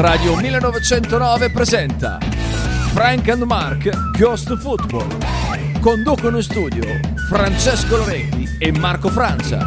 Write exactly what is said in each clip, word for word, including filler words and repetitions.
Radio millenovecentonove presenta Frank and Mark Ghost Football. Conducono in studio Francesco Loretti e Marco Francia.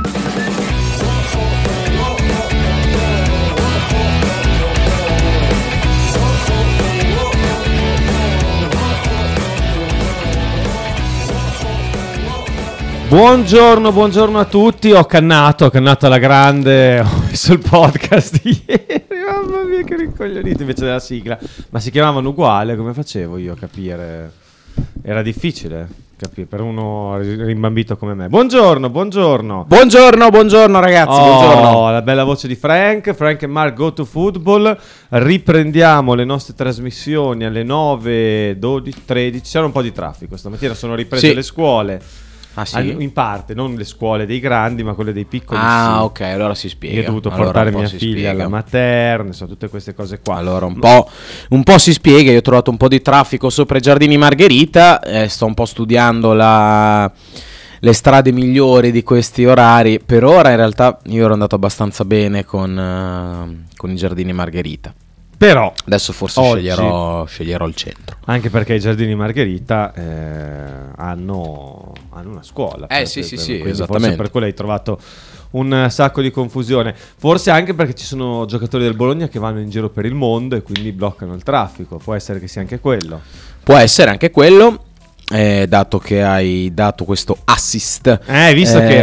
Buongiorno, buongiorno a tutti. Ho cannato, ho cannato alla grande. Ho messo il podcast ieri. Mamma mia, che rincoglionito invece della sigla. Ma si chiamavano uguale, come facevo io a capire? Era difficile capire per uno rimbambito come me. Buongiorno, buongiorno. Buongiorno, buongiorno ragazzi, oh, buongiorno. La bella voce di Frank, Frank e Mark Go to Football. Riprendiamo le nostre trasmissioni alle nove, dodici, tredici. C'era un po' di traffico stamattina, sono riprese sì. le scuole. Ah, sì? In parte, non le scuole dei grandi, ma quelle dei piccoli. Ah, sì. Ok, allora si spiega. Io ho dovuto allora portare mia figlia spiega. alla materna, so, tutte queste cose qua. Allora un po', un po' si spiega. Io ho trovato un po' di traffico sopra i giardini Margherita. Eh, sto un po' studiando la, le strade migliori di questi orari. Per ora, in realtà, io ero andato abbastanza bene con, uh, con i giardini Margherita. Però adesso forse oggi, sceglierò, sceglierò il centro. Anche perché i giardini Margherita eh, hanno, hanno una scuola. Eh sì sì sì, esattamente. Forse per quello hai trovato un sacco di confusione. Forse anche perché ci sono giocatori del Bologna che vanno in giro per il mondo e quindi bloccano il traffico. Può essere che sia anche quello. Può essere anche quello. Eh, dato che hai dato questo assist, eh, visto eh,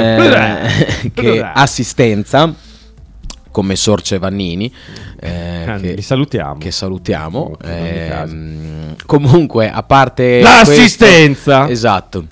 che, che assistenza, Commessor Cevannini, eh, eh, che, li salutiamo. Che salutiamo. Eh, comunque, a parte l'assistenza, questo, esatto.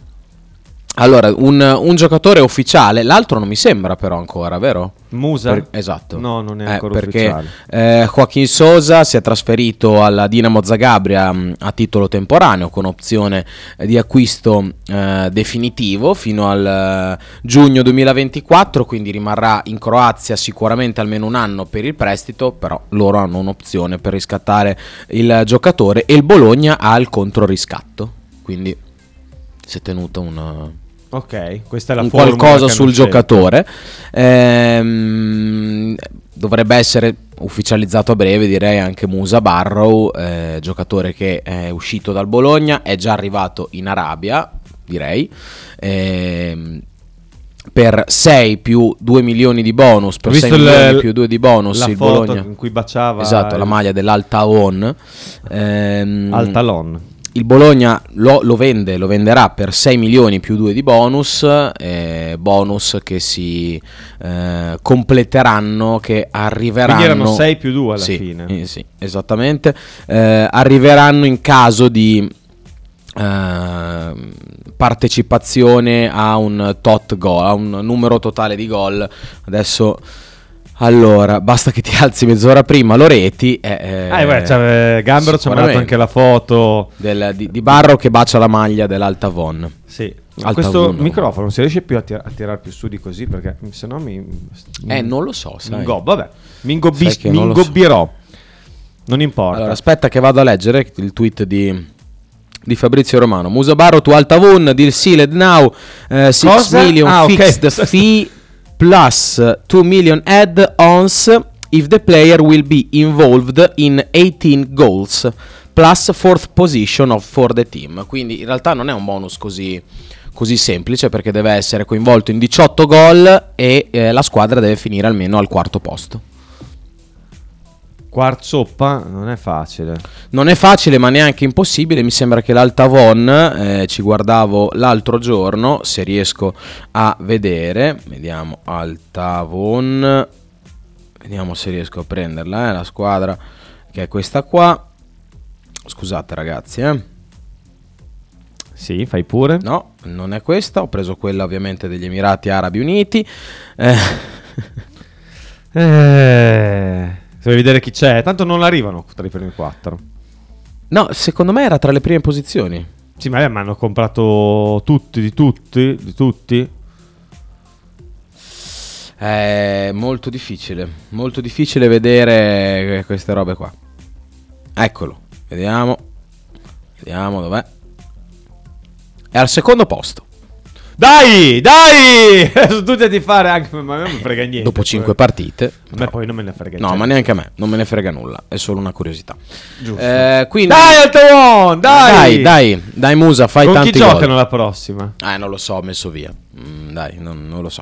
Allora, un, un giocatore ufficiale, l'altro non mi sembra però ancora, vero? Musa? Per, esatto. No, non è eh, ancora perché, ufficiale. Eh, Joaquin Sosa si è trasferito alla Dinamo Zagabria mh, a titolo temporaneo con opzione di acquisto eh, definitivo fino al uh, giugno duemilaventiquattro, quindi rimarrà in Croazia sicuramente almeno un anno per il prestito, però loro hanno un'opzione per riscattare il giocatore e il Bologna ha il controriscatto, quindi si è tenuto una... Ok, questa è la un formula qualcosa sul scelto. giocatore. Ehm, dovrebbe essere ufficializzato a breve, direi, anche Musa Barrow, eh, giocatore che è uscito dal Bologna, è già arrivato in Arabia, direi. Ehm, per sei più due milioni di bonus, per sei milioni il, più due di bonus, la il foto Bologna in cui baciava, esatto, il... la maglia dell'Al-Taon. Ehm, Al-Talon. Il Bologna lo, lo vende, lo venderà per sei milioni più due di bonus, eh, bonus che si eh, completeranno, che arriveranno... Quindi erano sei più due alla sì, fine. Eh, sì, esattamente. Eh, arriveranno in caso di eh, partecipazione a un tot gol, a un numero totale di gol. Adesso... Allora, basta che ti alzi mezz'ora prima, Loretti. Eh, eh, beh, cioè, Gambero ci ha mandato anche la foto del, di, di Barro che bacia la maglia dell'Altavon. Sì, Alta questo uno. microfono si riesce più a, tir- a tirare più su di così, perché se no mi... Eh, non lo so, sai. Mi ingob- vabbè, mi, ingobbi- Sai mi non ingobbirò. So. Non importa. Allora, aspetta che vado a leggere il tweet di... di Fabrizio Romano. Musa Barro to Altavon, deal sealed now, uh, six million ah, fixed okay. fee plus two million add-ons if the player will be involved in eighteen goals plus fourth position of for the team. Quindi in realtà non è un bonus così, così semplice, perché deve essere coinvolto in diciotto gol e eh, la squadra deve finire almeno al quarto posto. Quarzoppa non è facile. Non è facile, ma neanche impossibile. Mi sembra che l'Altavon, eh, ci guardavo l'altro giorno, se riesco a vedere, vediamo Altavon, vediamo se riesco a prenderla, eh, la squadra che è questa qua. Scusate ragazzi, eh. Sì, fai pure. No, non è questa, ho preso quella ovviamente degli Emirati Arabi Uniti. Eh. eh... Se vuoi vedere chi c'è, tanto non arrivano tra i primi quattro. No, secondo me era tra le prime posizioni. Sì, ma mi hanno comprato tutti, di tutti, di tutti. È molto difficile, molto difficile vedere queste robe qua. Eccolo, vediamo. Vediamo dov'è. È al secondo posto. Dai, dai! Sono tutti a tifare anche, ma a me non mi frega niente. Dopo cinque partite. A me poi non me ne frega niente. No, ma neanche a me, non me ne frega nulla, è solo una curiosità. Giusto. Eh, quindi... Dai, Altoon, dai! Dai, dai, dai Musa, fai Con tanti chi gol. giocano la prossima? Eh, non lo so, ho messo via. Mm, dai, non, non lo so.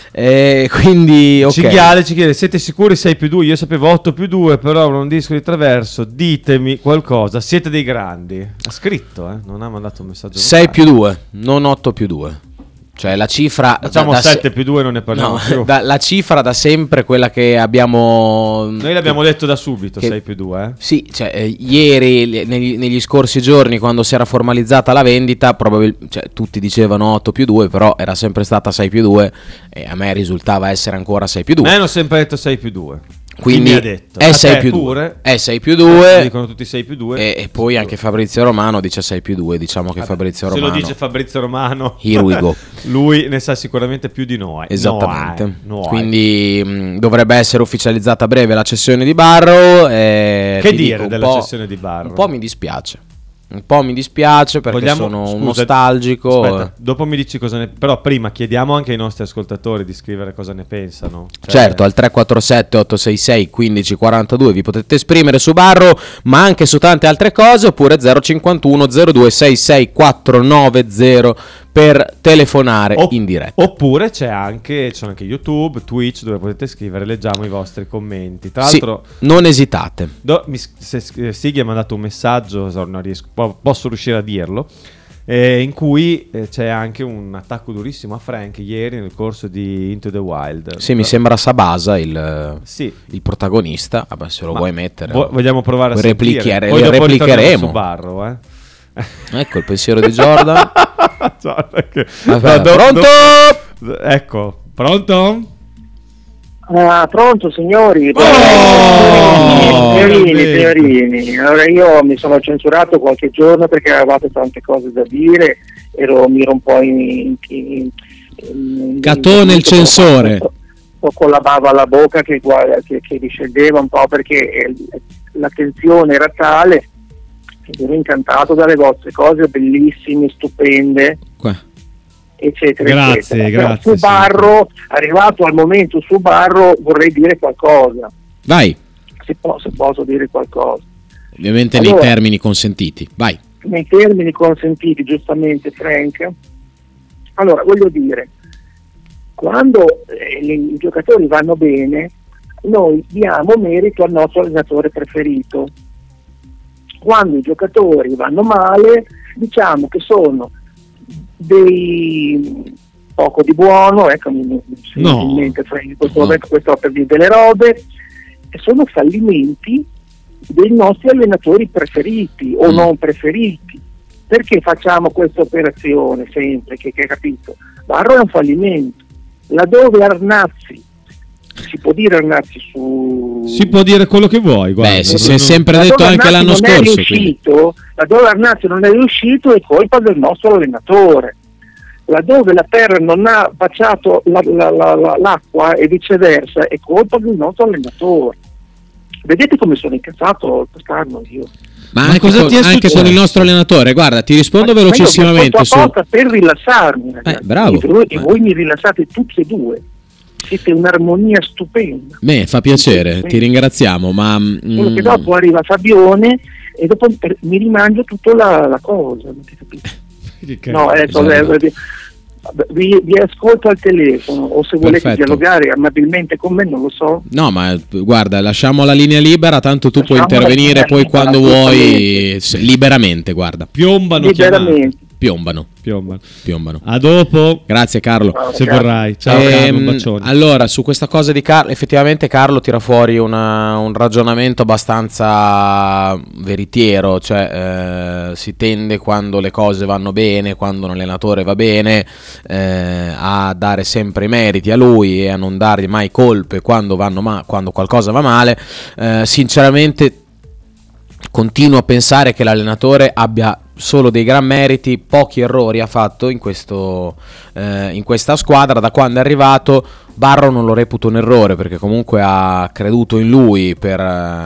Eh, quindi, ok. Cinghiale ci chiede, siete sicuri sei più due? Io sapevo otto più due, però avrò un disco di traverso, ditemi qualcosa, siete dei grandi. Ha scritto, eh? Non ha mandato un messaggio. sei più due, non otto più due. Cioè la cifra... Facciamo da, da sette più due, non ne parliamo no, più. da, la cifra da sempre, quella che abbiamo... Noi l'abbiamo detto da subito, che, sei più due, eh? Sì, cioè eh, ieri, negli, negli scorsi giorni, quando si era formalizzata la vendita, probabil- cioè, tutti dicevano otto più due, però era sempre stata sei più due e a me risultava essere ancora sei più due. Me hanno sempre detto sei più due. Quindi ha detto? è sei più due, è sei più due, dicono tutti sei più due, e, e poi anche Fabrizio Romano dice sei più due. Diciamo che Vabbè, Fabrizio se Romano, lo dice Fabrizio Romano, here we go. Lui ne sa sicuramente più di noi. Esattamente. Noi, noi. Quindi mh, dovrebbe essere ufficializzata a breve la cessione di Barrow. E che ti dire dico, della un po', cessione di Barrow? Un po' mi dispiace. Un po' mi dispiace perché Vogliamo- sono un scusa, nostalgico. Aspetta, dopo mi dici cosa ne... Però prima chiediamo anche ai nostri ascoltatori di scrivere cosa ne pensano. Cioè- Certo, al tre quattro sette otto sei sei uno cinque quattro due vi potete esprimere su Barrow, ma anche su tante altre cose, oppure zero cinquantuno zero due sei sei quattro nove zero per telefonare Opp- in diretta. Oppure c'è anche, c'è anche YouTube, Twitch, dove potete scrivere, leggiamo i vostri commenti. Tra Sì, l'altro, non esitate. do- mi, se eh, Sighi ha mandato un messaggio, so, non riesco, po- posso riuscire a dirlo, eh, in cui eh, c'è anche un attacco durissimo a Frank ieri nel corso di Into the Wild. Sì, mi sembra Sabasa il, Sì. il protagonista. Vabbè, se lo Ma vuoi mettere. vo- vogliamo provare a Poi sentire. replichiere- Poi dopo replicheremo. ritorniamo su Barrow, eh. Ecco il pensiero di Jordan. Guarda che- Vabbè, no, do- pronto? do- ecco, pronto? Ah, pronto signori? Oh! Signorini, Bene. signorini. Allora io mi sono censurato qualche giorno perché avevate tante cose da dire, ero, mi ero un po' in, in, in, in Catone il censore. un po' con la bava alla bocca che, guarda, che, che discendeva un po' perché eh, l'attenzione era tale che ero incantato dalle vostre cose bellissime, stupende, Qua. eccetera, Grazie, eccetera. Però grazie, su Barrow, arrivato al momento su Barrow, vorrei dire qualcosa, Vai, se posso, se posso dire qualcosa. ovviamente Allora, nei termini consentiti. Vai. Nei termini consentiti, giustamente, Frank. Allora, voglio dire, quando eh, i, i giocatori vanno bene, noi diamo merito al nostro allenatore preferito. Quando i giocatori vanno male, diciamo che sono dei poco di buono, ecco, mi, mi No. in mente Frank, in questo No. momento questo per dire delle robe, e sono fallimenti dei nostri allenatori preferiti o Mm. non preferiti. Perché facciamo questa operazione sempre? Che, che hai capito? Barrow è un fallimento. Laddove Arnazzi, si può dire Arnazzi su... Si può dire quello che vuoi, guarda. Beh, si- si è non- sempre laddove detto anche Arnazzi l'anno non è scorso. Quindi. riuscito, laddove Arnazzi non è riuscito è colpa del nostro allenatore. Laddove la terra non ha baciato la- la- la- la- l'acqua e viceversa è colpa del nostro allenatore. Vedete come sono incazzato quest'anno io? Ma, Ma anche, cosa con, ti è anche successo? con il nostro allenatore, guarda, ti rispondo Ma io velocissimamente l'ho su. fatto apposta per rilassarmi, ragazzi. Eh, bravo. E voi, e voi mi rilassate tutti e due. Siete un'armonia stupenda. Beh, fa piacere, Sì. ti ringraziamo, ma Solo che mm, dopo arriva Fabione e dopo per- mi rimangio tutta la, la cosa. Non ti capisco. Che No, ecco, esatto. eh, vi, vi ascolto al telefono o se volete Perfetto. dialogare amabilmente con me, non lo so. no, ma eh, guarda, lasciamo la linea libera, tanto tu puoi Lasciamo la intervenire linea poi libera, quando vuoi, assolutamente. se- liberamente, guarda. Piombano Liberamente. chiamate. Piombano, Piombano. piombano. A dopo, Grazie Carlo. Ciao, se ragazzi. vorrai. Ciao Ehm, Carlo, un bacione. allora, su questa cosa di Carlo, effettivamente Carlo tira fuori una- un ragionamento abbastanza veritiero, cioè eh, si tende quando le cose vanno bene, quando un allenatore va bene, eh, a dare sempre i meriti a lui e a non dargli mai colpe quando, vanno ma- quando qualcosa va male. Eh, sinceramente continuo a pensare che l'allenatore abbia solo dei gran meriti, pochi errori ha fatto in, questo, eh, in questa squadra. Da quando è arrivato Barrow non lo reputo un errore, perché comunque ha creduto in lui per, eh,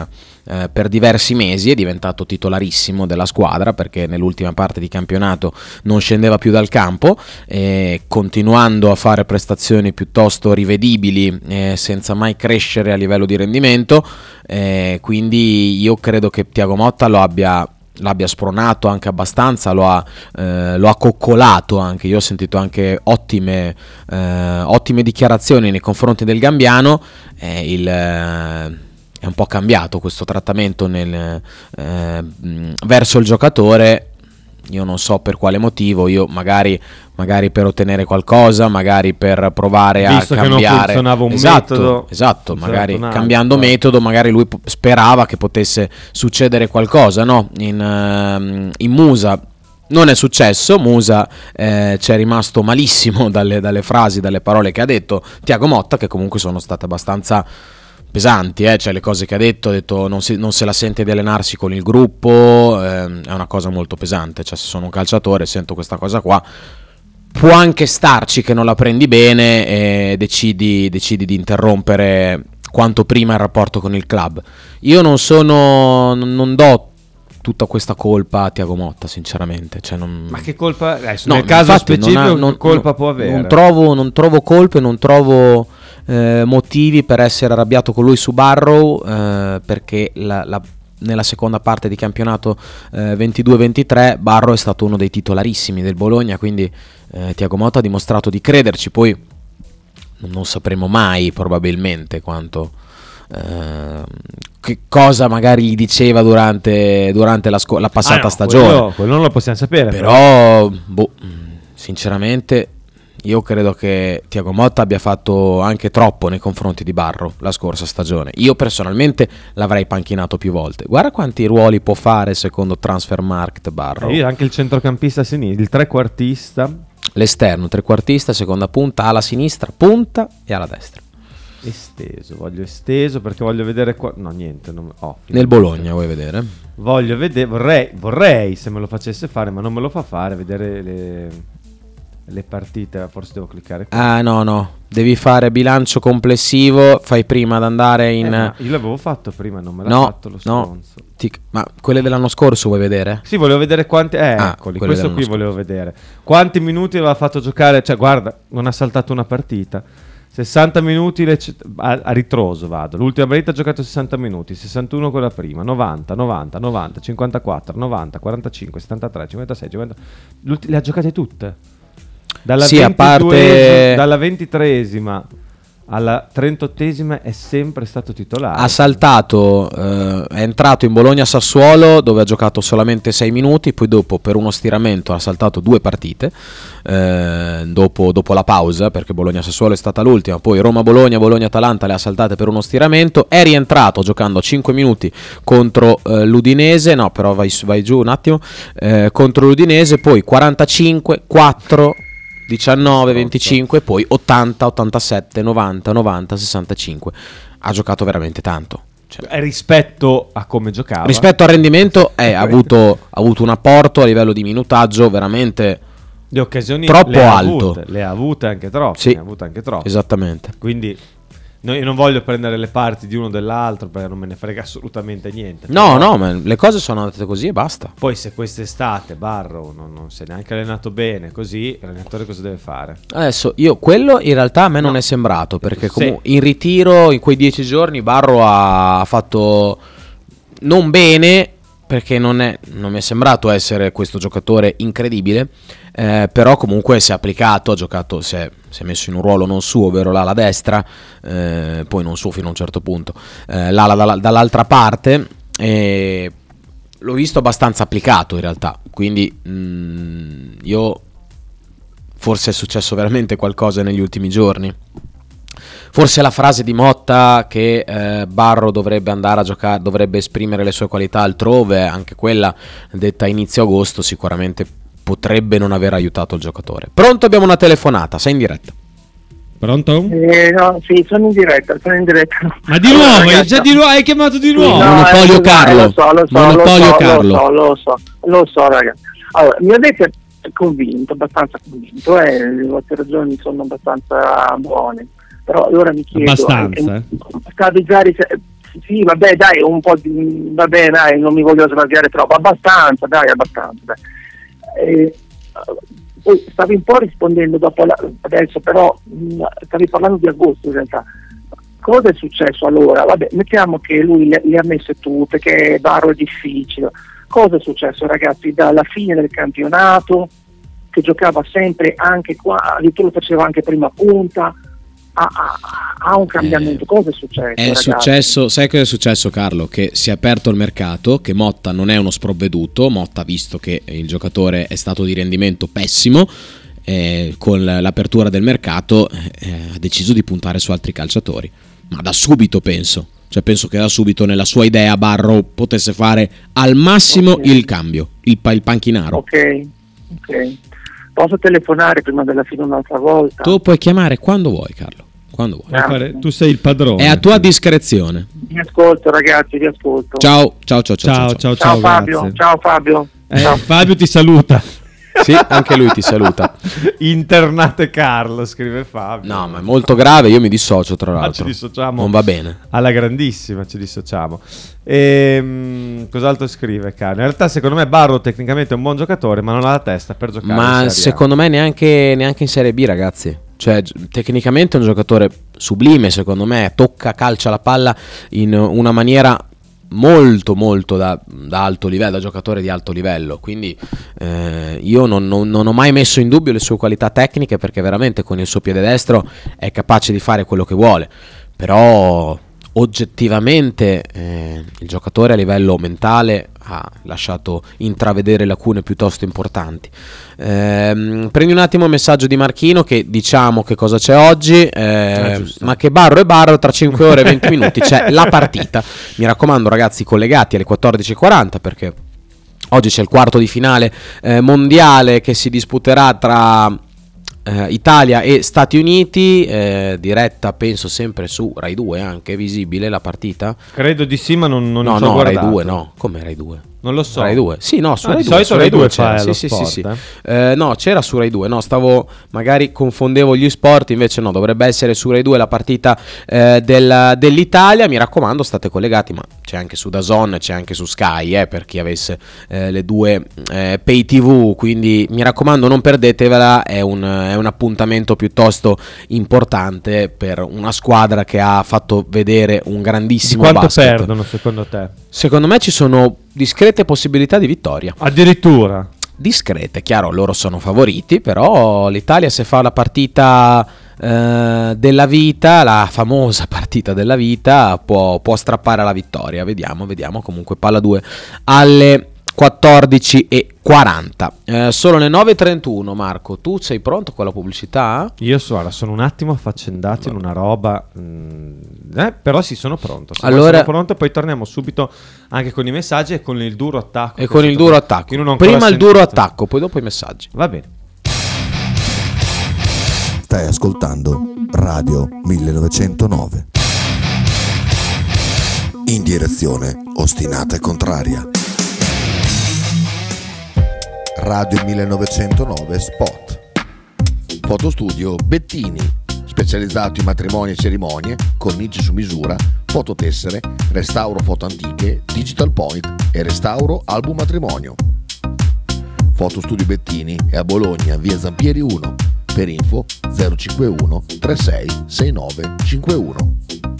eh, per diversi mesi, è diventato titolarissimo della squadra perché nell'ultima parte di campionato non scendeva più dal campo, eh, continuando a fare prestazioni piuttosto rivedibili, eh, senza mai crescere a livello di rendimento, eh, quindi io credo che Thiago Motta lo abbia l'abbia spronato anche abbastanza, lo ha, eh, lo ha coccolato anche. Io ho sentito anche ottime, eh, ottime dichiarazioni nei confronti del Gambiano. Eh, il, eh, è un po' cambiato questo trattamento nel, eh, verso il giocatore. Io non so per quale motivo, io magari, magari per ottenere qualcosa, magari per provare Visto a che cambiare. non funzionava un esatto, metodo, esatto, magari un altro, cambiando certo. metodo, magari lui po- sperava che potesse succedere qualcosa, no? In, uh, in Musa non è successo. Musa eh, ci è rimasto malissimo dalle, dalle frasi, dalle parole che ha detto Thiago Motta, che comunque sono state abbastanza pesanti, eh? Cioè le cose che ha detto, ha detto non, si, non se la sente di allenarsi con il gruppo, ehm, è una cosa molto pesante. Cioè se sono un calciatore sento questa cosa qua, può anche starci che non la prendi bene e decidi, decidi di interrompere quanto prima il rapporto con il club. Io non sono, non do tutta questa colpa a Thiago Motta, sinceramente. Cioè non... Ma che colpa? Adesso, No, nel caso infatti specifico, non ha- non- che colpa non- può avere? Non trovo, non trovo colpe, non trovo eh, motivi per essere arrabbiato con lui su Barrow, eh, perché la, la, nella seconda parte di campionato eh, ventidue ventitré Barrow è stato uno dei titolarissimi del Bologna, quindi eh, Thiago Motta ha dimostrato di crederci. Poi non sapremo mai probabilmente quanto... Uh, che cosa magari gli diceva durante, durante la, sco- la passata Ah, no, stagione, quello, quello non lo possiamo sapere, però boh, sinceramente io credo che Thiago Motta abbia fatto anche troppo nei confronti di Barrow la scorsa stagione. Io personalmente l'avrei panchinato più volte. Guarda quanti ruoli può fare secondo Transfermarkt Barrow. Eh, anche il centrocampista a sinistra, il trequartista L'esterno, trequartista, seconda punta, ala sinistra, punta e ala destra. esteso, voglio esteso perché voglio vedere qua... no niente, non... oh, Nel Bologna vuoi vedere? voglio vedere, vorrei, vorrei se me lo facesse fare, ma non me lo fa fare, vedere le, le partite. Forse devo cliccare qua. Ah no no, devi fare bilancio complessivo, fai prima ad andare in... Eh, ma io l'avevo fatto prima, non me l'ha no, fatto lo no, stronzo. ti- ma quelle dell'anno scorso vuoi vedere? Sì, volevo vedere quanti... Eh, Ah, eccoli, quelle questo qui dell'anno volevo vedere. Quanti minuti aveva fatto giocare... Cioè, guarda, non ha saltato una partita. sessanta minuti le c- a, a ritroso vado. L'ultima partita ha giocato sessanta minuti, sessantuno quella prima, novanta, novanta, novanta, cinquantaquattro, novanta, quarantacinque, settantatré, cinquantasei, cinquanta... L'ulti- le ha giocate tutte. Dalla Sì, a parte- dalla ventitreesima alla trentottesima è sempre stato titolare. Ha saltato, eh, è entrato in Bologna Sassuolo dove ha giocato solamente sei minuti, poi dopo per uno stiramento ha saltato due partite, eh, dopo, dopo la pausa, perché Bologna Sassuolo è stata l'ultima, poi Roma Bologna, Bologna Atalanta le ha saltate per uno stiramento, è rientrato giocando cinque minuti contro eh, l'Udinese, no però vai, su- vai giù un attimo, eh, contro l'Udinese, poi quarantacinque, quattro... diciannove, venticinque, poi ottanta, ottantasette, novanta, novanta, sessantacinque. Ha giocato veramente tanto. Cioè, Eh, rispetto a come giocava. rispetto al rendimento eh, ha, avuto, ha avuto un apporto a livello di minutaggio veramente Le occasioni troppo le ha alto. avute, le ha avute anche troppe. Sì. Ne ha avute anche troppe. esattamente. Quindi no, io non voglio prendere le parti di uno o dell'altro perché non me ne frega assolutamente niente. No, Però no, ma le cose sono andate così e basta. poi se quest'estate Barrow non, non si è neanche allenato bene, così l'allenatore cosa deve fare? Adesso io quello in realtà a me non è sembrato, perché Sì. comunque in ritiro in quei dieci giorni Barro ha fatto non bene, perché non, è, non mi è sembrato essere questo giocatore incredibile, eh, però comunque si è applicato, ha giocato, si è, si è messo in un ruolo non suo, ovvero l'ala destra, eh, poi non suo fino a un certo punto, eh, l'ala dalla- dall'altra parte, e l'ho visto abbastanza applicato in realtà, quindi mh, io forse è successo veramente qualcosa negli ultimi giorni. Forse la frase di Motta che eh, Barro dovrebbe andare a giocare, dovrebbe esprimere le sue qualità altrove, anche quella detta a inizio agosto, sicuramente potrebbe non aver aiutato il giocatore. Pronto, abbiamo una telefonata, sei in diretta. Pronto? Eh, no, sì, sono in diretta, sono in diretta. Ma di Allora, nuovo, hai ragazzi, già di nuovo, hai chiamato di sì, nuovo? no, Monopolio eh, scusate, Carlo. Lo so, lo so, Monopolio lo so, Carlo. Lo so, lo so, lo so, ragazzi. Allora, mi avete convinto, abbastanza convinto, eh, le vostre ragioni sono abbastanza buone, però allora mi chiedo... Abbastanza, eh, stavi già ris- Sì, vabbè, dai, un po' di, vabbè, dai, non mi voglio sbagliare troppo, abbastanza, dai, abbastanza. Dai. Eh, poi stavi un po' rispondendo dopo la, adesso, però mh, stavi parlando di agosto in realtà. Cosa è successo allora? Vabbè, mettiamo che lui le, le ha messe tutte, che Barro è difficile. Cosa è successo, ragazzi? Dalla fine del campionato, che giocava sempre anche qua, addirittura lo faceva anche prima punta, ha, ha, ha un cambiamento. Eh, cosa è successo? È ragazzi? successo, sai cosa è successo, Carlo? Che si è aperto il mercato, che Motta non è uno sprovveduto. Motta, visto che il giocatore è stato di rendimento pessimo, eh, con l'apertura del mercato eh, ha deciso di puntare su altri calciatori, ma da subito penso. Cioè penso che da subito nella sua idea Barro potesse fare al massimo okay. il cambio, il, il panchinaro. Ok, ok. Posso telefonare prima della fine un'altra volta? Tu puoi chiamare quando vuoi, Carlo. Quando vuoi. Fare, tu sei il padrone. È a tua discrezione. Vi ascolto, ragazzi, vi ascolto. Ciao, ciao, ciao, ciao. Ciao, ciao, ciao, ciao, ciao Fabio. grazie. Ciao Fabio. Eh, ciao. Fabio ti saluta. Sì, anche lui ti saluta. Internate Carlo, scrive Fabio. No, ma è molto grave, io mi dissocio tra Ah, l'altro. ci dissociamo. Non va bene. Alla grandissima ci dissociamo. Ehm, cos'altro scrive Carlo? In realtà secondo me Barro tecnicamente è un buon giocatore, ma non ha la testa per giocare in Ma Serie A. secondo me neanche, neanche in Serie B, ragazzi. Cioè, gi- tecnicamente è un giocatore sublime, secondo me. Tocca, calcia la palla in una maniera molto molto da, da alto livello, da giocatore di alto livello, quindi eh, io non, non, non ho mai messo in dubbio le sue qualità tecniche, perché veramente con il suo piede destro è capace di fare quello che vuole, però oggettivamente eh, il giocatore a livello mentale ha lasciato intravedere lacune piuttosto importanti. Eh, prendi un attimo il messaggio di Marchino, che diciamo che cosa c'è oggi, eh, ah, ma che Barro e Barro tra cinque ore e venti minuti c'è la partita. Mi raccomando, ragazzi, collegati alle quattordici e quaranta, perché oggi c'è il quarto di finale eh, mondiale che si disputerà tra Uh, Italia e Stati Uniti, eh, diretta penso sempre su Rai due, anche visibile la partita. Credo di sì, ma non, non no, ci ho no, guardato. Rai due, no, come Rai due? Non lo so. Rai due. Sì, no, su Ah, Rai di due. solito Su Rai due c'era. fa lo Sì, sì, sport, sì, sì. eh. Eh, no, c'era su Rai due. No, stavo magari confondevo gli sport, invece no, dovrebbe essere su Rai due la partita eh, del, dell'Italia. Mi raccomando, state collegati, ma c'è anche su DAZN, c'è anche su Sky, eh, per chi avesse eh, le due eh, pay tivù, quindi mi raccomando, non perdetevela, è un, è un appuntamento piuttosto importante per una squadra che ha fatto vedere un grandissimo Quanto basket. perdono secondo te? Secondo me ci sono discrete possibilità di vittoria. Addirittura. Discrete, chiaro, loro sono favoriti, però l'Italia, se fa la partita eh, della vita, la famosa partita della vita, può, può strappare la vittoria. Vediamo, vediamo. Comunque palla due alle quattordici e quaranta. Eh, sono le nove e trentuno. Marco, tu sei pronto con la pubblicità? Io so, ora sono un attimo affaccendato in una roba, mh, eh, però sì, sono pronto. Se Allora- sono pronto, poi torniamo subito anche con i messaggi e con il duro attacco. E che con è il stato- duro che attacco. non ho ancora Prima il duro sentito. attacco, poi dopo i messaggi. Va bene. Stai ascoltando Radio millenovecentonove. In direzione ostinata e contraria. Radio millenovecentonove Spot. Fotostudio Bettini, specializzato in matrimoni e cerimonie, cornici su misura, fototessere, restauro foto antiche, digital point e restauro album matrimonio. Fotostudio Bettini è a Bologna, via Zampieri uno. Per info zero cinquantuno trentasei sessantanove cinquantuno.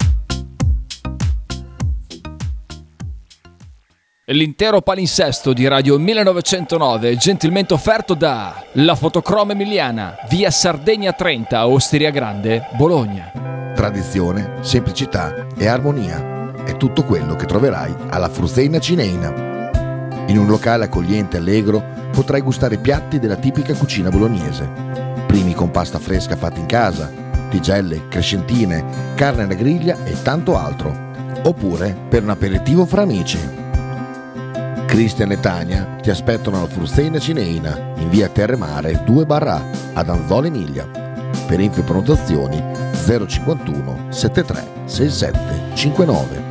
L'intero palinsesto di Radio millenovecentonove è gentilmente offerto da La Fotocroma Emiliana, via Sardegna trenta, Osteria Grande, Bologna. Tradizione, semplicità e armonia è tutto quello che troverai alla Fruzeina Cineina. In un locale accogliente e allegro potrai gustare piatti della tipica cucina bolognese. Primi con pasta fresca fatta in casa, tigelle, crescentine, carne alla griglia e tanto altro. Oppure per un aperitivo fra amici. Cristian e Tania ti aspettano alla Fruzeina Cineina in via Terremare due barra A ad Anzola Emilia. Per info e prenotazioni zero cinquantuno settantatré sessantasette cinquantanove.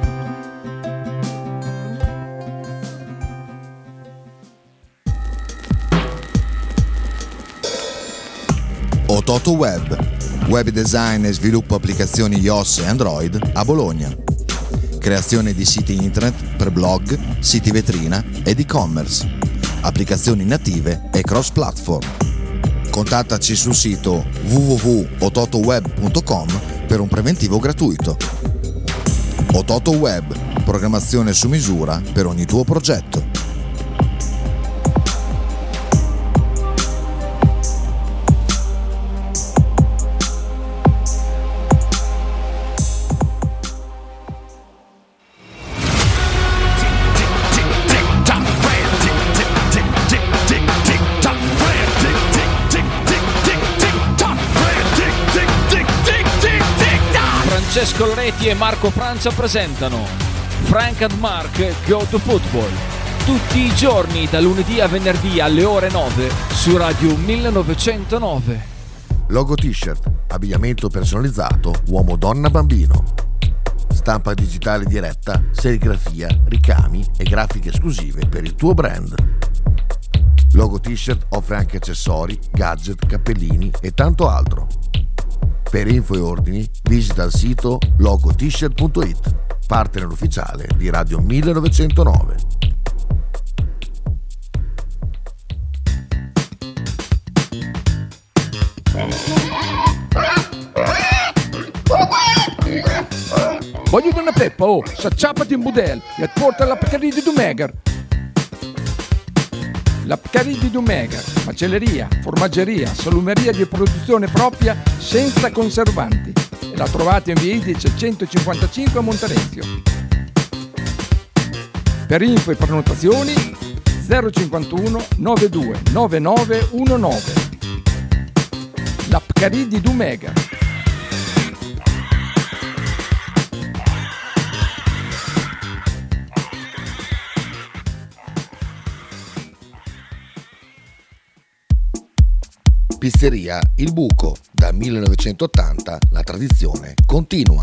Ototo Web, web design e sviluppo applicazioni iOS e Android a Bologna. creazione di siti internet per blog, siti vetrina ed e-commerce, applicazioni native e cross-platform. Contattaci sul sito w w w punto ototoweb punto com per un preventivo gratuito. Ototoweb, programmazione su misura per ogni tuo progetto. Francesco Loretti e Marco Francia presentano Frank and Mark Go to Football, tutti i giorni da lunedì a venerdì alle ore nove su Radio millenovecentonove. Logo t-shirt, abbigliamento personalizzato uomo, donna, bambino. Stampa digitale diretta, serigrafia, ricami e grafiche esclusive per il tuo brand. Logo t-shirt offre anche accessori, gadget, cappellini e tanto altro. Per info e ordini visita il sito logo t shirt punto it, partner ufficiale di Radio millenovecentonove. Voglio una peppa, oh, s'acciappati in budel e porta la Pcaridi di Dumegar. La Pcaridi di Dumegar, macelleria, formaggeria, salumeria di produzione propria senza conservanti. E la trovate in via Idice centocinquantacinque a Monterezio. Per info e prenotazioni zero cinquantuno novantadue novantanove diciannove. La Pcaridi di Dumegar. Pizzeria Il Buco, da millenovecentottanta la tradizione continua.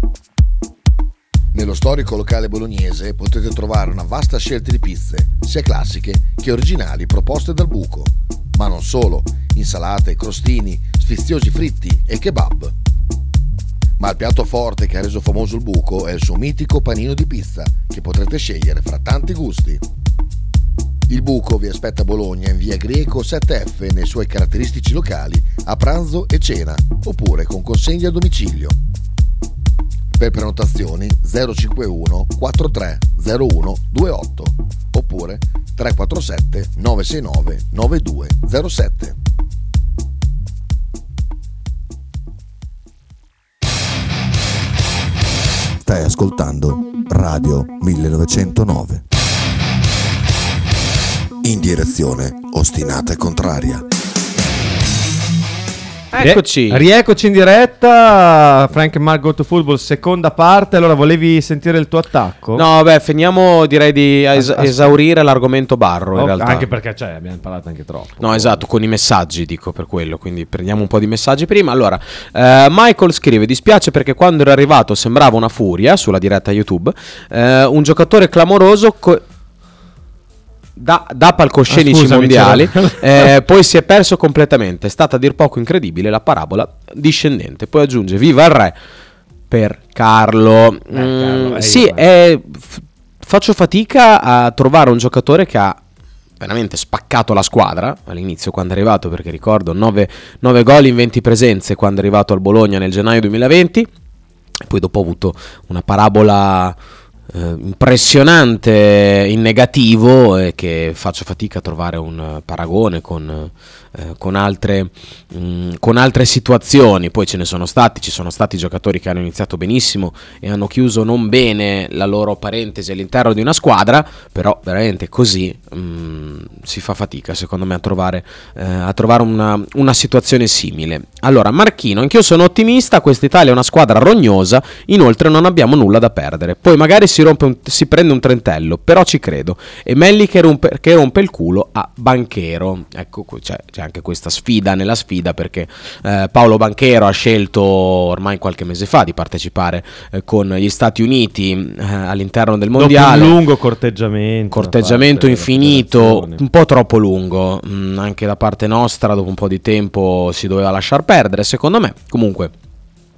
Nello storico locale bolognese potete trovare una vasta scelta di pizze, sia classiche che originali proposte dal Buco, ma non solo, insalate, crostini, sfiziosi fritti e kebab. Ma il piatto forte che ha reso famoso il Buco è il suo mitico panino di pizza, che potrete scegliere fra tanti gusti. Il Buco vi aspetta a Bologna in via Greco sette F nei suoi caratteristici locali a pranzo e cena, oppure con consegna a domicilio. Per prenotazioni zero cinquantuno quarantatré zero uno ventotto oppure tre quattro sette nove sei nove nove due zero sette. Stai ascoltando Radio millenovecentonove. In direzione ostinata e contraria. Eccoci. Rieccoci in diretta. Frank and Mark Go to Football, seconda parte. Allora, volevi sentire il tuo attacco? No, beh, finiamo direi di es- As- esaurire l'argomento Barro in Oh, realtà. anche perché cioè, abbiamo parlato anche troppo. No, esatto, con i messaggi dico per quello, quindi prendiamo un po' di messaggi prima. Allora, eh, Michael scrive: dispiace perché quando era arrivato sembrava una furia sulla diretta YouTube, eh, un giocatore clamoroso co- Da, da palcoscenici ah, scusami, mondiali, eh, poi si è perso completamente. È stata a dir poco incredibile la parabola discendente. Poi aggiunge: viva il re per Carlo. Eh, Carlo mm, è sì, io, è, f- faccio fatica a trovare un giocatore che ha veramente spaccato la squadra all'inizio quando è arrivato, perché ricordo nove gol in venti presenze quando è arrivato al Bologna nel gennaio duemilaventi, e poi dopo ha avuto una parabola Uh, impressionante in negativo, e che faccio fatica a trovare un uh, paragone con, uh, con altre mh, con altre situazioni. Poi ce ne sono stati, ci sono stati giocatori che hanno iniziato benissimo e hanno chiuso non bene la loro parentesi all'interno di una squadra, però veramente così mh, si fa fatica secondo me a trovare, uh, a trovare una, una situazione simile. Allora, Marchino: anch'io sono ottimista, questa Italia è una squadra rognosa, inoltre non abbiamo nulla da perdere, poi magari si rompe un, si prende un trentello, però ci credo. E Melli che rompe, che rompe il culo a Banchero. Ecco, c'è, c'è anche questa sfida nella sfida, perché eh, Paolo Banchero ha scelto ormai qualche mese fa di partecipare eh, con gli Stati Uniti eh, all'interno del mondiale. Dopo un lungo corteggiamento corteggiamento infinito, un po' troppo lungo, mh, anche da parte nostra. Dopo un po' di tempo si doveva lasciar perdere, secondo me. Comunque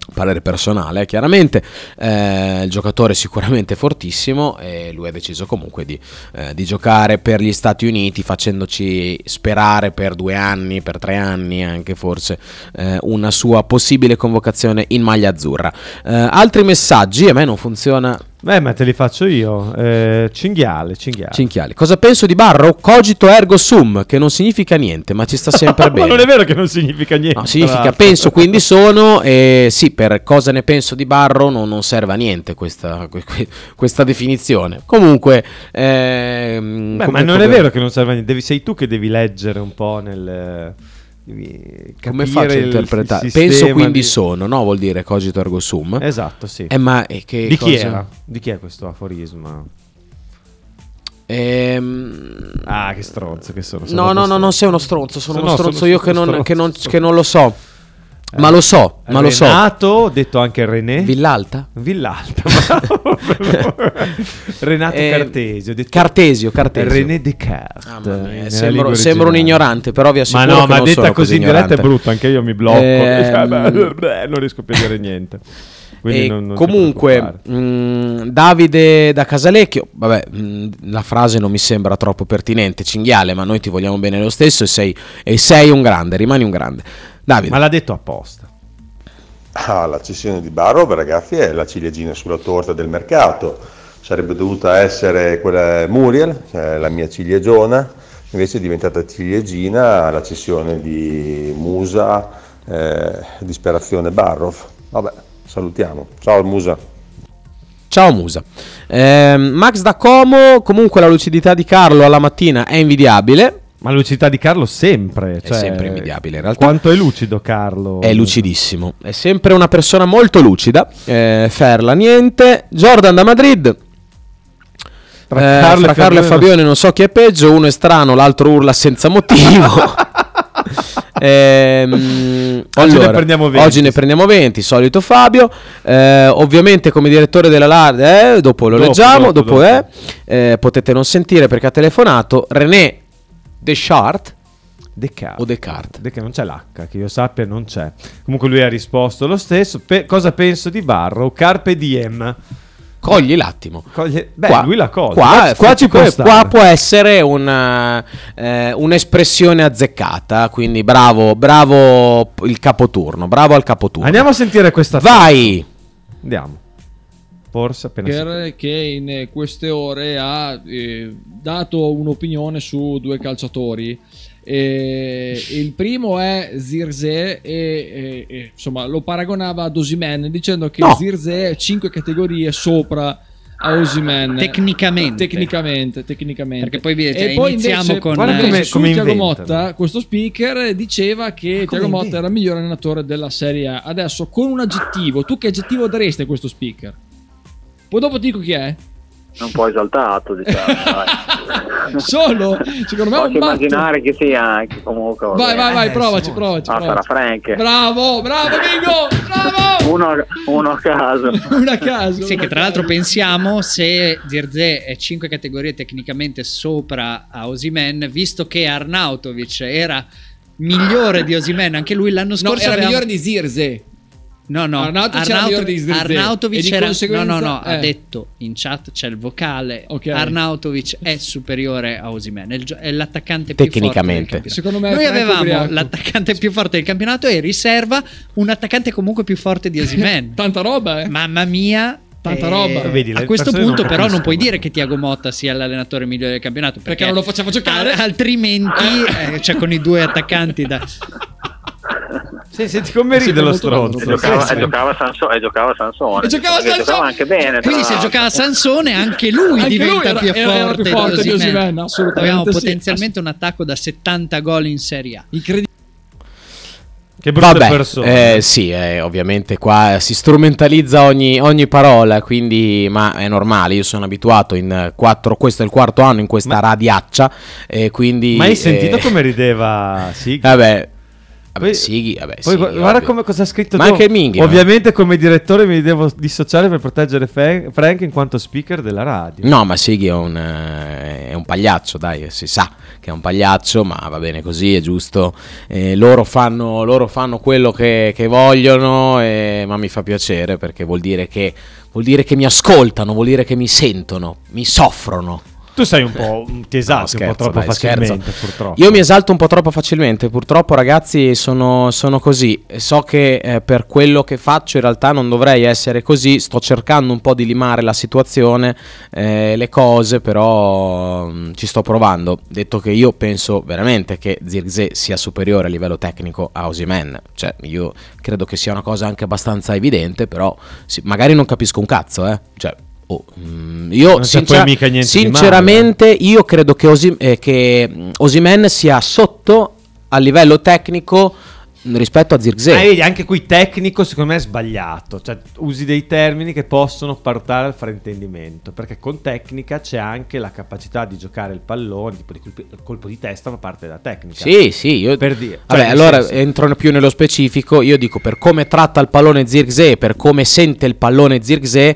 parere personale, chiaramente. Eh, il giocatore è sicuramente fortissimo e lui ha deciso comunque di, eh, di giocare per gli Stati Uniti, facendoci sperare per due anni, per tre anni anche forse, eh, una sua possibile convocazione in maglia azzurra. Eh, altri messaggi, a me non funziona. Beh, ma te li faccio io. Eh, cinghiale, cinghiale. Cinchiali. Cosa penso di Barrow? Cogito ergo sum, che non significa niente, ma ci sta sempre bene. Ma non è vero che non significa niente. No, significa penso, quindi sono. E sì, per cosa ne penso di Barrow non, non serve a niente questa, questa definizione. Comunque, ehm, Beh, come, ma non come, è vero che non serve a niente. Devi, sei tu che devi leggere un po' nel. Come faccio a interpretare? Il Penso quindi di... sono, no? Vuol dire cogito ergo sum. Esatto, sì. Eh, ma e che di cosa? chi era? Di chi è questo aforisma? Ehm... Ah, che stronzo che sono. sono no, no, no, stronzo. non sei uno stronzo. Sono, sono uno stronzo sono, io sono che, non, stronzo, che, non, stronzo. che non lo so. Eh, ma lo so, ma lo so. Renato, detto anche René. Villalta? Villalta. Renato Eh, Cartesio. Detto Cartesio, Cartesio. René Descartes. Ah, mamma mia, nella sembro, lingua sembro un originale. ignorante, però vi Ma assicuro no, che ma non detta sono così in ignorante. diretta è brutto, anche io mi blocco. Ehm, non riesco più a dire niente. Quindi E non, non ti comunque preoccupare. mh, Davide da Casalecchio, vabbè, mh, la frase non mi sembra troppo pertinente, cinghiale, ma noi ti vogliamo bene lo stesso e sei, e sei un grande, rimani un grande. Davide. Ma l'ha detto apposta. Ah, la cessione di Barrow, beh, ragazzi, è la ciliegina sulla torta del mercato. Sarebbe dovuta essere quella Muriel, cioè la mia ciliegiona, invece è diventata ciliegina la cessione di Musa, eh, disperazione Barrow. Vabbè, salutiamo. Ciao Musa. Ciao Musa. Eh, Max da Como, comunque la lucidità di Carlo alla mattina è invidiabile. Ma la lucidità di Carlo sempre. Cioè, È sempre invidiabile in realtà. Quanto è lucido Carlo? È lucidissimo, è sempre una persona molto lucida. eh, Ferla niente. Jordan da Madrid. Tra Eh, Carlo, fra e, Carlo e Fabione non so chi è peggio, uno è strano, l'altro urla senza motivo. Ehm, Oggi allora, ne prendiamo venti. Oggi ne prendiamo venti, solito Fabio. Eh, ovviamente come direttore della L A R, eh, dopo lo Dopo, leggiamo, dopo, dopo, dopo. Eh, eh, potete non sentire perché ha telefonato René Descartes. Descartes. O Descartes. Descartes, non c'è l'H, che io sappia non c'è. Comunque lui ha risposto lo stesso. Pe- cosa penso di Barrow? Carpe diem. Cogli l'attimo. Coglie... Beh, Qua- lui la coglie. Qua, Qua, qua ci può qua, stare. qua può essere una, eh, un'espressione azzeccata. Quindi bravo, bravo il capoturno. Bravo al capoturno. Andiamo a sentire questa. Vai. Andiamo. Forse appena si- Che, che in queste ore ha eh, dato un'opinione su due calciatori. E il primo è Zirze e, e, e insomma lo paragonava ad Osimhen dicendo che No. Zirze è cinque categorie sopra a Osimhen Tecnicamente. tecnicamente tecnicamente Perché poi vi- e cioè, poi iniziamo invece, con- guarda come- come, su come Thiago inventano. Motta questo speaker diceva che come Thiago Motta inventano? era il migliore allenatore della Serie A. Adesso con un aggettivo, tu che aggettivo daresti a questo speaker? Poi dopo ti dico chi è. Un po' esaltato, diciamo. dai. Solo secondo me è Posso un matto. immaginare che sia anche comunque. Vai, vai, vai, Eh, provaci, sì. provaci. Ah, sarà provaci. Frank. Bravo, bravo, Vigo, bravo. Uno, a- uno a caso. Una a caso. Sì, una che a tra l'altro caso. pensiamo se Zirze è cinque categorie tecnicamente sopra a Osimhen, visto che Arnautovic era migliore di Osimhen, anche lui l'anno No, scorso era aveva- migliore di Zirze. No, no, Arnautovic era migliore di Zirze. Arnautovic E di era... conseguenza- No, no, no, ha eh. detto in chat, c'è il vocale, Ok. Arnautovic è superiore a Osimhen, è, il gio- è l'attaccante più Tecnicamente. forte del campionato. Secondo me Noi Franco avevamo ubriaco. l'attaccante più forte del campionato e riserva un attaccante comunque più forte di Osimhen. Tanta roba, eh. Mamma mia. Tanta eh, roba. Vedi, le a questo persone punto non però non capiscono. puoi dire che Thiago Motta sia l'allenatore migliore del campionato perché, Perché non lo facciamo giocare. a- altrimenti eh, cioè con i due attaccanti da... Sì, senti come ride lo stronzo. E giocava, Sì, e sì. giocava, Sanso- e giocava Sansone. E giocava Perché Sansone. anche bene. tra Quindi se l'altro. giocava Sansone anche lui Anche diventa lui era- più, era- era forte più forte di di Osimhen. Osimhen, assolutamente Abbiamo sì. potenzialmente un attacco da settanta gol in Serie A. Incredibile. Che brutte Vabbè, persone. eh, sì, eh, ovviamente qua si strumentalizza ogni, ogni parola, quindi, ma è normale, io sono abituato in quattro, questo è il quarto anno in questa Ma- radiaccia, e quindi... Ma hai sentito eh, come rideva? Sì. Vabbè, Vabbè, Sighi, vabbè, poi Sighi, guarda ovvio. come cosa ha scritto. Ma tu. anche Minghi, ovviamente come direttore mi devo dissociare per proteggere Fe- Frank in quanto speaker della radio. No, ma Sighi è un, eh, è un pagliaccio, dai, si sa che è un pagliaccio, ma va bene così, è giusto. Eh, loro, fanno, loro fanno quello che, che vogliono, eh, ma mi fa piacere perché vuol dire che, vuol dire che mi ascoltano, vuol dire che mi sentono, mi soffrono. Tu sei un po', ti esalti No, scherzo, un po' troppo dai, facilmente, scherzo. purtroppo. Io mi esalto un po' troppo facilmente, purtroppo ragazzi sono, sono così. So che eh, per quello che faccio in realtà non dovrei essere così, sto cercando un po' di limare la situazione, eh, le cose, però mh, ci sto provando. Detto che io penso veramente che Zirkzee sia superiore a livello tecnico a Osimhen, cioè io credo che sia una cosa anche abbastanza evidente, però sì, magari non capisco un cazzo, eh, cioè... Oh, mm, io Non sincer- mica niente sinceramente io credo che, Osim- eh, che Osimhen sia sotto a livello tecnico rispetto a Zirkzee. Ah, vedi, anche qui tecnico secondo me è sbagliato, cioè usi dei termini che possono portare al fraintendimento, perché con tecnica c'è anche la capacità di giocare il pallone, tipo di colpi- il colpo di testa fa parte della tecnica. Sì, sì, io per dire. Vabbè, Cioè, allora senso- entro più nello specifico, io dico per come tratta il pallone Zirkzee, per come sente il pallone Zirkzee,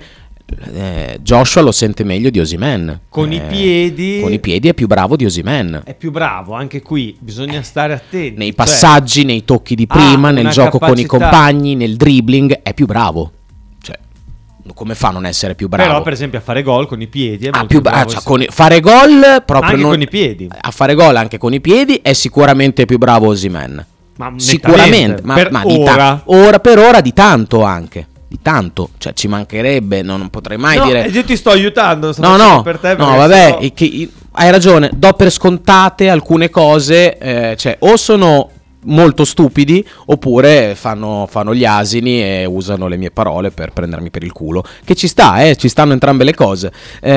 eh, Joshua lo sente meglio di Osimhen. Con Eh, i piedi con i piedi è più bravo di Osimhen. è più bravo, anche qui bisogna stare attenti. Nei cioè- passaggi, nei tocchi di ha prima, nel una gioco con i capacità- compagni, nel dribbling è più bravo. Cioè, come fa a non essere più bravo? Però per esempio a fare gol con i piedi è Ah, molto più bra- bravo. cioè, con i- fare gol proprio Anche non- con i piedi. a fare gol anche con i piedi è sicuramente più bravo Osimhen. Ma Sicuramente, nettamente, ma, per ma di ta- ora. ora per ora di tanto anche. Di tanto, cioè ci mancherebbe, non, non potrei mai No, dire. eh, io ti sto aiutando, sto No, facendo no, per te, no, perché vabbè, sennò- e che- hai ragione, do per scontate alcune cose, eh, cioè o sono molto stupidi oppure fanno, fanno gli asini e usano le mie parole per prendermi per il culo, che ci sta, eh, ci stanno entrambe le cose.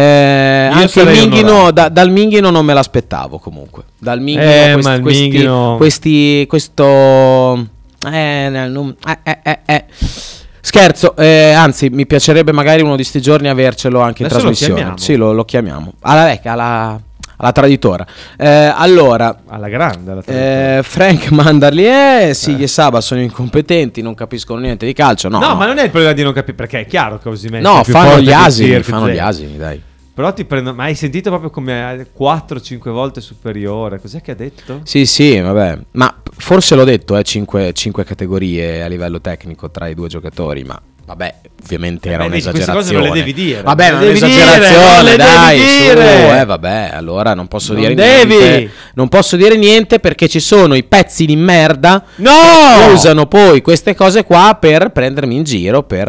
Eh, anche il sarei Minghino, onorato. da- dal Minghino non me l'aspettavo comunque, dal Minghino Eh, questi, ma il questi, Minghino- questi- questo eh, non- eh, eh, eh, eh. Scherzo, eh, anzi mi piacerebbe magari uno di sti giorni avercelo anche in Adesso lo trasmissione. chiamiamo. Sì, lo, lo chiamiamo. Alla vecchia, alla, alla traditora. Eh, allora, alla grande, alla traditora. eh, Frank mandarli, eh, Sighi e Saba sono incompetenti, non capiscono niente di calcio. No, No, no. ma non è il problema di non capire, perché è chiaro che Osimhen No, è più fanno forte gli di asini, Zirkzee. fanno gli asini, dai. Però ti prendo, ma hai sentito proprio come quattro cinque volte superiore? Cos'è che ha detto? Sì, sì, vabbè. Ma forse l'ho detto, eh, cinque categorie a livello tecnico tra i due giocatori, ma vabbè, ovviamente era Eh, vedi, queste un'esagerazione. cose non le devi dire. Vabbè, Non ma le devi un'esagerazione, dire, non le dai, devi su, dire. eh, vabbè, allora non posso Non dire devi. niente. Non posso dire niente perché ci sono i pezzi di merda No! che usano poi queste cose qua per prendermi in giro, per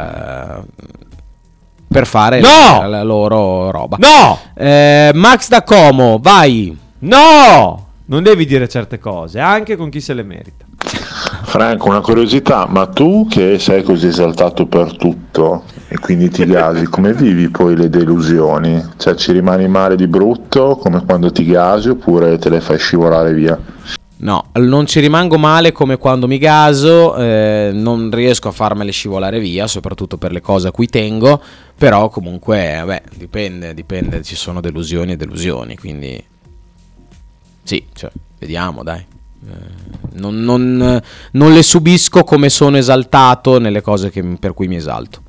eh, per fare No! la, la loro roba. No! Eh, Max da Como, vai. No! Non devi dire certe cose, anche con chi se le merita. Franco, una curiosità, ma tu che sei così esaltato per tutto e quindi ti gasi, come vivi poi le delusioni? Cioè ci rimani male di brutto come quando ti gasi oppure te le fai scivolare via? No, non ci rimango male come quando mi gaso, eh, non riesco a farmele scivolare via, soprattutto per le cose a cui tengo, però comunque, vabbè, dipende, dipende, ci sono delusioni e delusioni, quindi sì, cioè, vediamo, dai. Eh, non, non, non le subisco come sono esaltato nelle cose che- per cui mi esalto.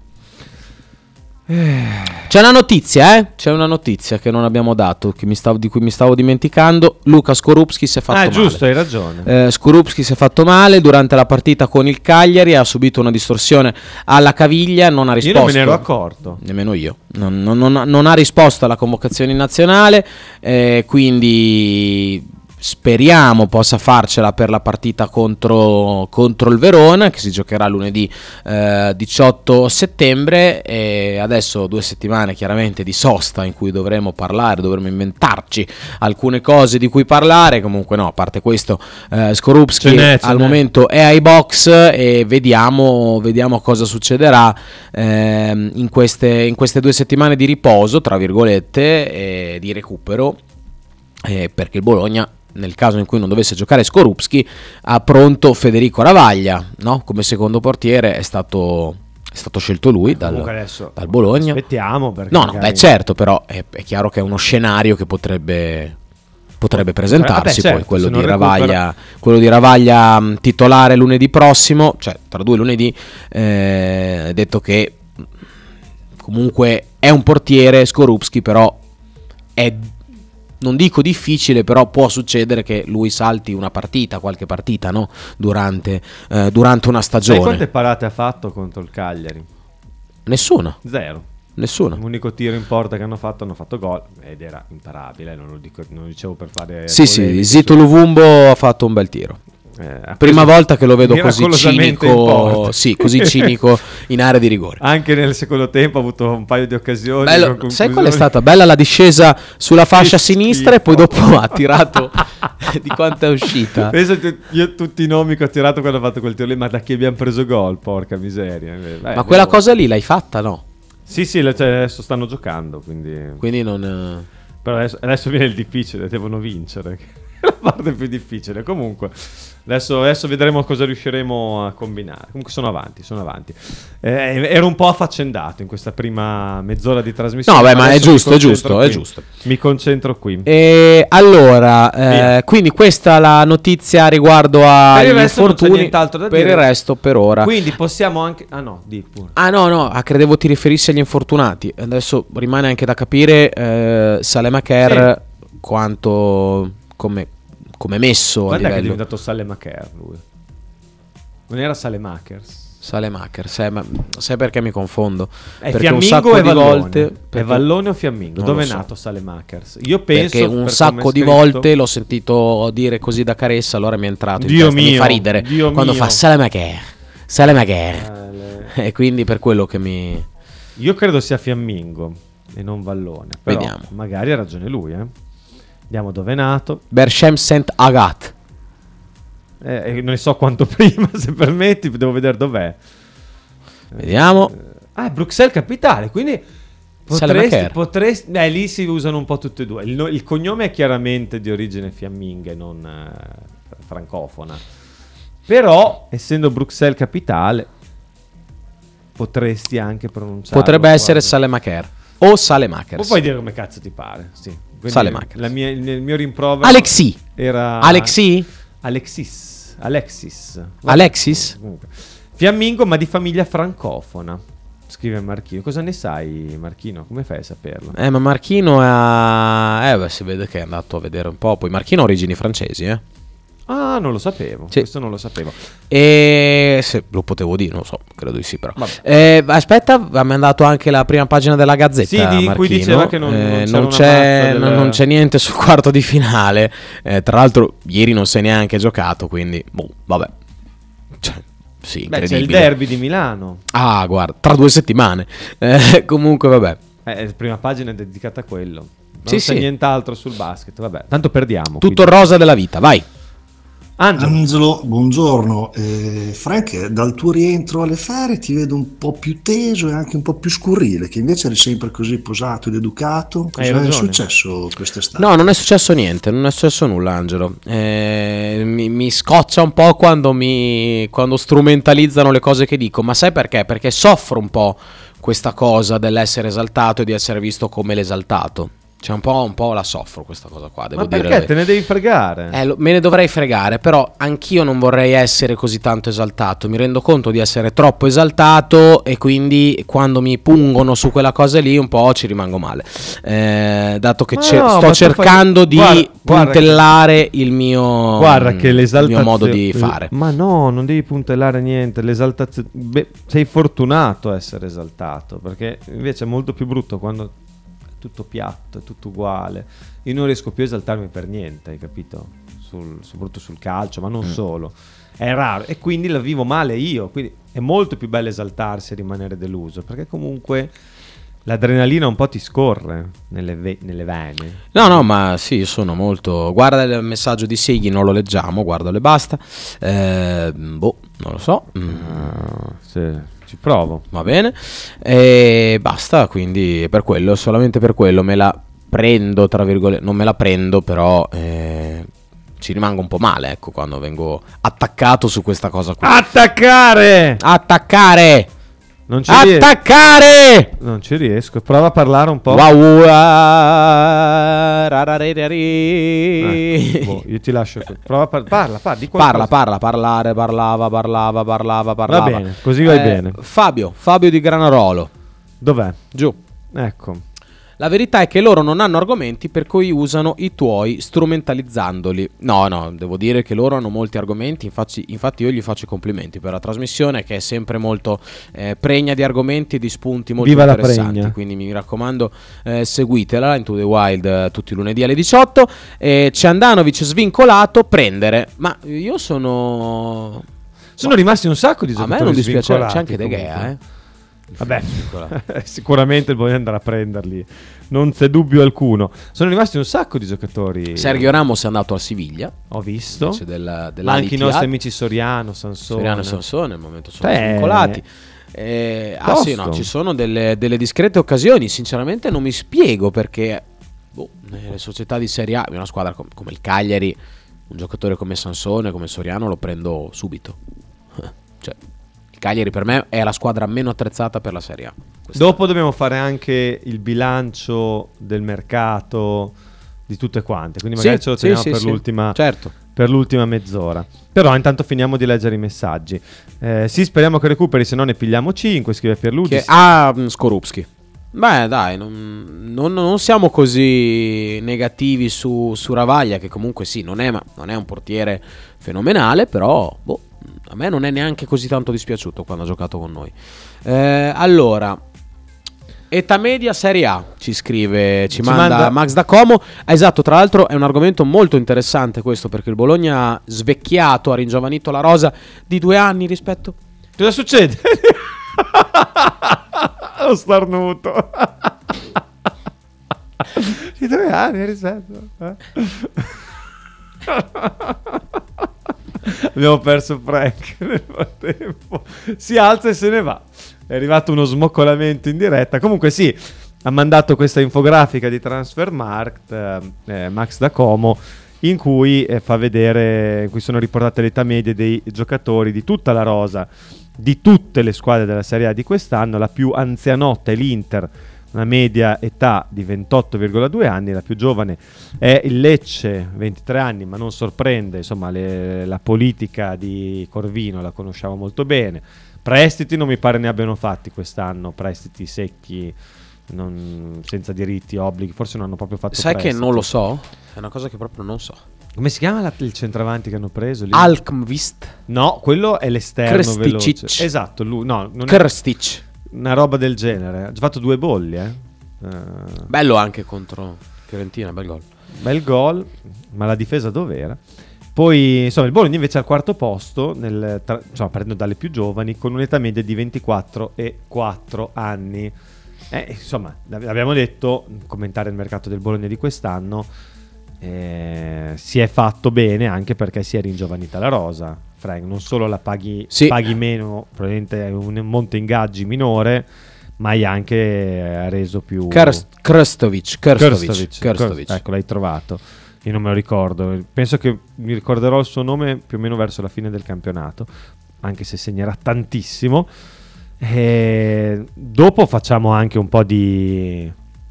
C'è una notizia, eh? C'è una notizia che non abbiamo dato, che mi stavo, di cui mi stavo dimenticando. Luka Skorupski si è fatto Ah, male. giusto, hai ragione. Eh, Skorupski si è fatto male durante la partita con il Cagliari, ha subito una distorsione alla caviglia, non ha Io risposto. non me ne ero accorto. Nemmeno io. Non, non- non- non ha risposto alla convocazione in nazionale, eh, quindi speriamo possa farcela per la partita contro, contro il Verona, che si giocherà lunedì eh, diciotto settembre. E adesso due settimane chiaramente di sosta in cui dovremo parlare, dovremo inventarci alcune cose di cui parlare. Comunque no, a parte questo, eh, Skorupski Ce n'è, ce al n'è. momento è ai box e vediamo, vediamo cosa succederà ehm, in, queste, in queste due settimane di riposo, tra virgolette, e di recupero, eh, perché il Bologna, nel caso in cui non dovesse giocare Skorupski, ha pronto Federico Ravaglia, no? Come secondo portiere è stato, è stato scelto lui dal, Comunque adesso dal Bologna. aspettiamo, perché No, no, magari- beh certo, però è, è chiaro che è uno scenario che potrebbe potrebbe presentarsi. Vabbè, certo, poi quello se non di recupera- Ravaglia, quello di Ravaglia mh, titolare lunedì prossimo, cioè tra due lunedì, eh, detto che mh, comunque è un portiere, Skorupski, però è, non dico difficile, però può succedere che lui salti una partita, qualche partita, no? Durante, eh, durante una Sai stagione. quante parate ha fatto contro il Cagliari? Nessuna. Zero. Nessuna. L'unico tiro in porta che hanno fatto, hanno fatto gol ed era imparabile, non lo, dico, non lo dicevo per fare Sì, sì, polemiche Zito su- Luvumbo ha fatto un bel tiro. Eh, ha Prima preso volta che lo vedo così miracolosamente in cinico, porta. sì, così cinico in area di rigore. Anche nel secondo tempo ha avuto un paio di occasioni. Bello, con sai qual è conclusioni- stata? Bella la discesa sulla fascia Che sinistra e poi schifo. dopo ha tirato di quanto è uscita. Penso che io tutti i nomi che ho tirato quando ho fatto quel tiro lì, ma da chi abbiamo preso gol, porca miseria. Eh, Ma quella cosa lì l'hai fatta, no? Sì, sì, cioè, adesso stanno giocando, quindi... Quindi non... Però adesso, adesso viene il difficile, devono vincere. La parte più difficile. Comunque, adesso, adesso vedremo cosa riusciremo a combinare. Comunque sono avanti, sono avanti. Eh, ero un po' affaccendato in questa prima mezz'ora di trasmissione. No, beh, ma è adesso mi giusto, è giusto, concentro è qui. giusto. Mi concentro qui. E allora, Via. eh, quindi questa è la notizia riguardo Per agli il resto non c'è infortuni. nient'altro da Per dire. il resto, per ora. Quindi possiamo anche... Ah no, di pure. Ah no, no, ah, credevo ti riferissi agli infortunati. Adesso rimane anche da capire eh, Salemaker quanto... come... come messo Guarda a che è livello. diventato Salemaker lui. Non era Salemakers. Salemaker, sai, ma sai perché mi confondo? È Perché un Fiammingo sacco e di Vallone? volte È perché- Vallone o Fiammingo? Non Dove lo è so. nato Salemakers? Io penso Perché un per sacco come è di scritto- volte l'ho sentito dire così da caressa, allora mi è entrato in Dio testa, mi mio, fa ridere Dio quando mio. fa Salemaker, Salemaker. Eh, le- E quindi per quello che mi... Io credo sia Fiammingo e non Vallone. Però Vediamo. magari ha ragione lui, eh. Vediamo dove è nato. Berchem Saint Agathe. Eh, e non ne so quanto prima, se permetti, devo vedere dov'è. Vediamo. Ah, è Bruxelles capitale, quindi potresti, Salemaker. potresti eh, lì si usano un po' tutte e due. Il, no- il cognome è chiaramente di origine fiamminga e non eh, francofona. Però, essendo Bruxelles capitale, potresti anche pronunciare. Potrebbe essere Salemaker o Salemakers. O puoi dire come cazzo ti pare, sì. Quindi Salemakers. la mia- il, il mio rimprovero Alexis. era Alexis? Alexis. Alexis. Alexis? Comunque. Fiammingo, ma di famiglia francofona. Scrive Marchino. Cosa ne sai, Marchino? Come fai a saperlo? Eh, ma Marchino è... Eh, beh, si vede che è andato a vedere un po'. Poi Marchino ha origini francesi, eh. Ah, non lo sapevo. Sì. Questo non lo sapevo. E se lo potevo dire, non lo so, credo di sì, però. Vabbè. Eh, aspetta, ha mandato anche la prima pagina della Gazzetta. Sì, di cui Marchino. diceva che non- Eh, non c'era non, una c'è, mazza del- non- non c'è niente sul quarto di finale. Eh, tra l'altro, ieri non si è neanche giocato, quindi, boh, vabbè. Cioè, sì, Beh, c'è il incredibile. derby di Milano. Ah, guarda, tra due settimane. Eh, comunque, vabbè. Eh, la prima pagina è dedicata a quello. Non Sì, c'è sì. nient'altro sul basket. Vabbè, tanto perdiamo. Tutto rosa della vita, vai. Angelo. Angelo, buongiorno. Eh, Frank, dal tuo rientro alle ferie ti vedo un po' più teso e anche un po' più scurrile, che invece eri sempre così posato ed educato. Hai Cosa è ragione. successo quest'estate? No, non è successo niente, non è successo nulla, Angelo. Eh, mi, mi scoccia un po' quando mi quando strumentalizzano le cose che dico, ma sai perché? Perché soffro un po' questa cosa dell'essere esaltato e di essere visto come l'esaltato. Cioè un po', un po' la soffro questa cosa qua, devo Ma dire. perché te ne devi fregare? Eh, lo- me ne dovrei fregare, però anch'io non vorrei essere così tanto esaltato. Mi rendo conto di essere troppo esaltato e quindi quando mi pungono su quella cosa lì un po' ci rimango male. Eh, dato che Ma ce- no, ma sto tu cercando fai- di guarda- guarda puntellare il mio, Guarda che il l'esaltazione mio modo di fare. Ma no, non devi puntellare niente. L'esaltazione. Beh, sei fortunato a essere esaltato. Perché invece è molto più brutto quando è tutto piatto, è tutto uguale. Io non riesco più a esaltarmi per niente, hai capito? Sul, soprattutto sul calcio, ma non Mm. solo. È raro. E quindi la vivo male io. Quindi è molto più bello esaltarsi e rimanere deluso. Perché comunque l'adrenalina un po' ti scorre nelle, ve- nelle vene. No, no, ma sì, io sono molto... Guarda il messaggio di Sighi, non lo leggiamo, guardalo e basta. Eh, boh, non lo so. Mm. Ah, sì. Ci provo. Va bene. E basta, quindi per quello, solamente per quello me la prendo, tra virgolette, non me la prendo, però eh, ci rimango un po' male, ecco, quando vengo attaccato su questa cosa qui. Attaccare! Attaccare! Non ci Attaccare! Ries- non ci riesco. Prova a parlare un po'. Wow, ah, rararerari. Eh, boh, io ti lascio. Prova a par- parla, parla, di qualcosa. Parla, parla, parlare, parlava, parlava, parlava, parlava. Va bene, così vai Eh, bene. Fabio, Fabio di Granarolo. Dov'è? Giù. Ecco. La verità è che loro non hanno argomenti per cui usano i tuoi strumentalizzandoli. No, no, devo dire che loro hanno molti argomenti, infatti, infatti io gli faccio i complimenti per la trasmissione che è sempre molto eh, pregna di argomenti e di spunti molto Viva la interessanti. pregna. Quindi mi raccomando, eh, seguitela Into the Wild eh, tutti i lunedì alle diciotto. Eh, c'è Andanovic svincolato, prendere. Ma io sono... Sono rimasti un sacco di A giocatori me non dispiace, svincolati c'è anche De comunque. Gea, eh. Vabbè, sicuramente voglio andare a prenderli, non c'è dubbio alcuno. Sono rimasti un sacco di giocatori. Sergio Ramos è andato al Siviglia. Ho visto. Invece Del, Ma anche i nostri amici Soriano, Sansone. Soriano e Sansone al momento sono Beh, svincolati. Eh, ah tosto. sì, no, ci sono delle, delle discrete occasioni. Sinceramente non mi spiego perché boh, nelle società di Serie A, una squadra com- come il Cagliari, un giocatore come Sansone, come Soriano lo prendo subito. Cioè, il Cagliari per me è la squadra meno attrezzata per la Serie A. Questa- Dopo dobbiamo fare anche il bilancio del mercato di tutte quante, quindi magari Sì, ce lo sì, teniamo sì, per, sì. l'ultima, Certo. per l'ultima mezz'ora. Però intanto finiamo di leggere i messaggi. Eh, sì, speriamo che recuperi, se no ne pigliamo cinque, scrive Pierluigi. Che- ah, mm, Skorupski. Beh, dai, non, non- non siamo così negativi su, su Ravaglia, che comunque sì, non è, ma non è un portiere fenomenale, però boh, a me non è neanche così tanto dispiaciuto quando ha giocato con noi. Eh, allora, età media Serie A, ci scrive, ci, Ci manda, manda- Max da Como. Ah, esatto, tra l'altro è un argomento molto interessante questo, perché il Bologna ha svecchiato, ha ringiovanito la rosa di due anni rispetto... Cosa succede? Lo starnuto. Di due anni rispetto. Eh? Abbiamo perso Frank nel frattempo. Si alza e se ne va. È arrivato uno smoccolamento in diretta. Comunque sì, ha mandato questa infografica di Transfermarkt eh, eh, Max da Como, in cui eh, fa vedere, in cui sono riportate le età medie dei giocatori di tutta la rosa di tutte le squadre della Serie A di quest'anno. La più anzianotta è l'Inter, una media età di ventotto virgola due anni, la più giovane è il Lecce, ventitré anni, ma non sorprende, insomma le- la politica di Corvino la conosciamo molto bene. Prestiti non mi pare ne abbiano fatti quest'anno, prestiti secchi, non- senza diritti, obblighi, forse non hanno proprio fatto Sai prestiti. che non lo so? È una cosa che proprio non so. Come si chiama la- il centravanti che hanno preso lì? Alkmvist. No, quello è l'esterno Krsticic. veloce. Esatto, lui, no, non è Krstic. una roba del genere. Ha già fatto due bolli, eh. Eh, Bello anche contro Fiorentina, bel gol. bel gol, ma la difesa dov'era? Poi, insomma, il Bologna invece è al quarto posto, nel, tra, insomma, prendendo dalle più giovani, con un'età media di ventiquattro e quattro anni. Eh, insomma, l'abbiamo detto, commentare il mercato del Bologna di quest'anno, eh, si è fatto bene anche perché si è ringiovanita la rosa. Frank, non solo la paghi, Sì. paghi meno, probabilmente è un monte ingaggi minore, ma hai anche eh, reso più... Krst- Krstovic. Krstovic. Krstovic, Krstovic. Ecco, l'hai trovato. Io non me lo ricordo. Penso che mi ricorderò il suo nome più o meno verso la fine del campionato, anche se segnerà tantissimo. E dopo facciamo anche un po' di,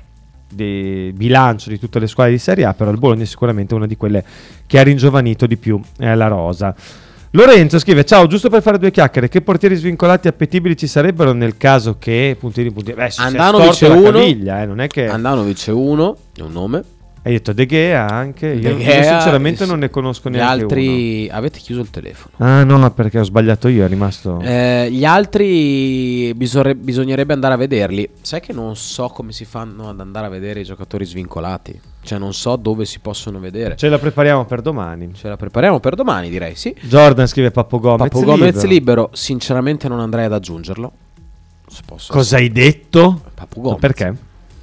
di bilancio di tutte le squadre di Serie A, però il Bologna è sicuramente una di quelle che ha ringiovanito di più è la rosa. Lorenzo scrive: ciao, giusto per fare due chiacchiere, che portieri svincolati appetibili ci sarebbero nel caso che puntini puntini. Beh, si è Andanovic storto è la uno. caviglia, eh, non è che Andanovic è uno, è un nome. hai detto De Gea anche. Io, De io Gea, sinceramente eh, non ne conosco Gli neanche altri avete chiuso il telefono. uno. Ah no, no, perché ho sbagliato io, è rimasto. Eh, gli altri bisogre- bisognerebbe andare a vederli. Sai che non so come si fanno ad andare a vedere i giocatori svincolati. Cioè non so dove si possono vedere. Ce la prepariamo per domani. Ce la prepariamo per domani, direi, sì. Jordan scrive Pappo Gomez. Papu Gomez libero. libero, sinceramente non andrei ad aggiungerlo. Se posso Cosa essere- hai detto? Papu Gomez. Perché?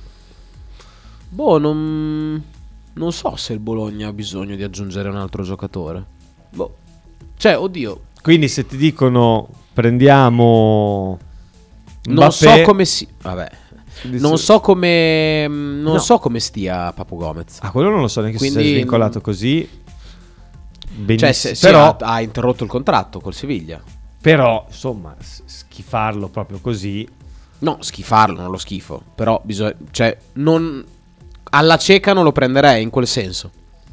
Boh, non... non so se il Bologna ha bisogno di aggiungere un altro giocatore. Boh. Cioè, oddio, Quindi se ti dicono prendiamo non Mbappé, so come si... Vabbè. dici- Non so come... Non No. so come stia Papu Gomez. Ah, quello non lo so neanche se si Quindi- è svincolato così. Benissimo. Cioè, se, se però ha, ha interrotto il contratto col Siviglia. Però insomma s- schifarlo proprio così, No, schifarlo, non lo schifo. Però bisogna, cioè, non alla cieca non lo prenderei in quel senso.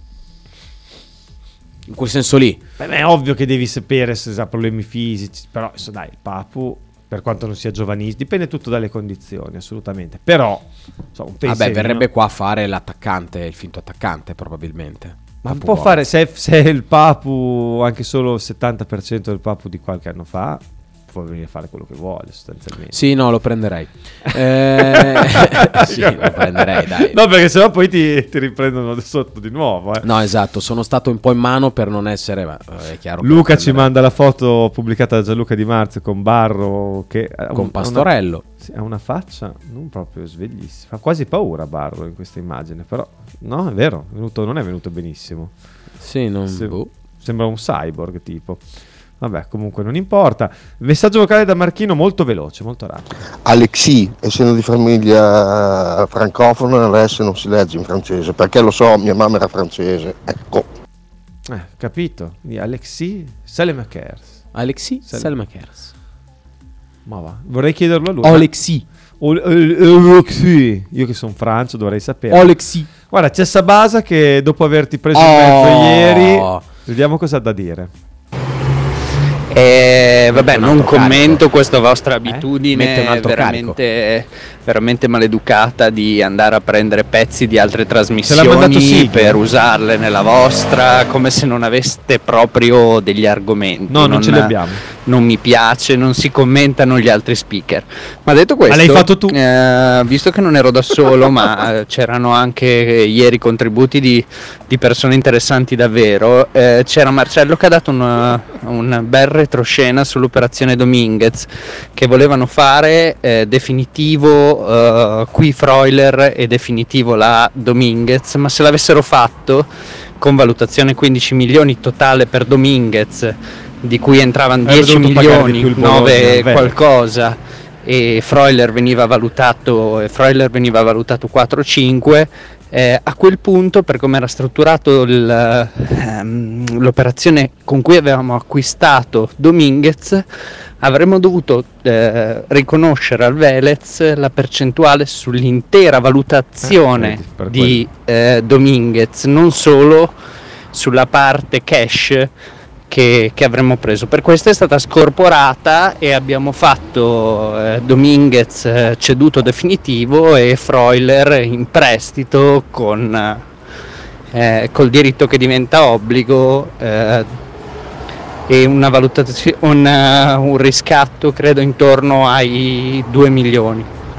In quel senso lì. beh, è ovvio che devi sapere se ha problemi fisici, però adesso, dai, il Papu, per quanto non sia giovanissimo, dipende tutto dalle condizioni, assolutamente. Però insomma, un Vabbè, pensierino- verrebbe qua a fare l'attaccante, il finto attaccante probabilmente. Ma Papu può Gomez. fare, se è, se è il Papu, anche solo il settanta per cento del Papu di qualche anno fa, può venire a fare quello che vuole sostanzialmente. Sì, no, lo prenderei. Eh, sì, lo prenderei, dai. No, perché sennò poi ti, ti riprendono sotto di nuovo. eh. No, esatto, sono stato un po' in mano per non essere... ma, eh, è chiaro che Luca lo ci prenderei. manda la foto pubblicata da Gianluca Di Marzio con Barro che ha Con un- Pastorello. Ha una, sì, ha una faccia non proprio sveglissima. Fa quasi paura Barro in questa immagine, però no, è vero, è venuto- non è venuto benissimo. Sì, non... Se- boh. Sembra un cyborg tipo. Vabbè, comunque non importa. Messaggio vocale da Marchino molto veloce, molto rapido. Alexis, essendo di famiglia francofona, l'S non si legge in francese, perché lo so, mia mamma era francese, ecco. Eh, capito? Di Alexis Salemakers. Alexis Sal- Selmakers. Ma va, vorrei chiederlo a lui. Alexis. O- o- Alexis. Io che sono Francia dovrei sapere. Alexis. Guarda, c'è Sabasa che dopo averti preso in Oh. mezzo ieri, vediamo cosa ha da dire. Eh, vabbè, un non altro commento carico. questa vostra Mette un abitudine altro veramente, veramente maleducata di andare a prendere pezzi di altre l'ha mandato trasmissioni Sighi. per usarle nella vostra, come se non aveste proprio degli argomenti. No, non ce li abbiamo. Non mi piace, non si commentano gli altri speaker. Ma detto questo, Ma l'hai fatto tu? eh, visto che non ero da solo, ma eh, c'erano anche ieri contributi di, di persone interessanti davvero, eh, c'era Marcello che ha dato una- un bel retroscena sull'operazione Dominguez, che volevano fare eh, definitivo eh, qui Freuler e definitivo la Dominguez, ma se l'avessero fatto con valutazione quindici milioni totale per Dominguez, di cui entravano Avrebbe dieci dovuto pagare di milioni, più il Bologna, nove Velez. qualcosa, e Freuler veniva valutato e Freuler veniva valutato quattro cinque. Eh, a quel punto, per come era strutturato il, ehm, l'operazione con cui avevamo acquistato Dominguez, avremmo dovuto eh, riconoscere al Velez la percentuale sull'intera valutazione Eh, vedi, per di eh, Dominguez, non solo sulla parte cash che, che avremmo preso. Per questo è stata scorporata e abbiamo fatto eh, Dominguez eh, ceduto definitivo e Freuler in prestito con eh, col diritto che diventa obbligo eh, e una valutazione, un, eh, un riscatto credo intorno ai due milioni.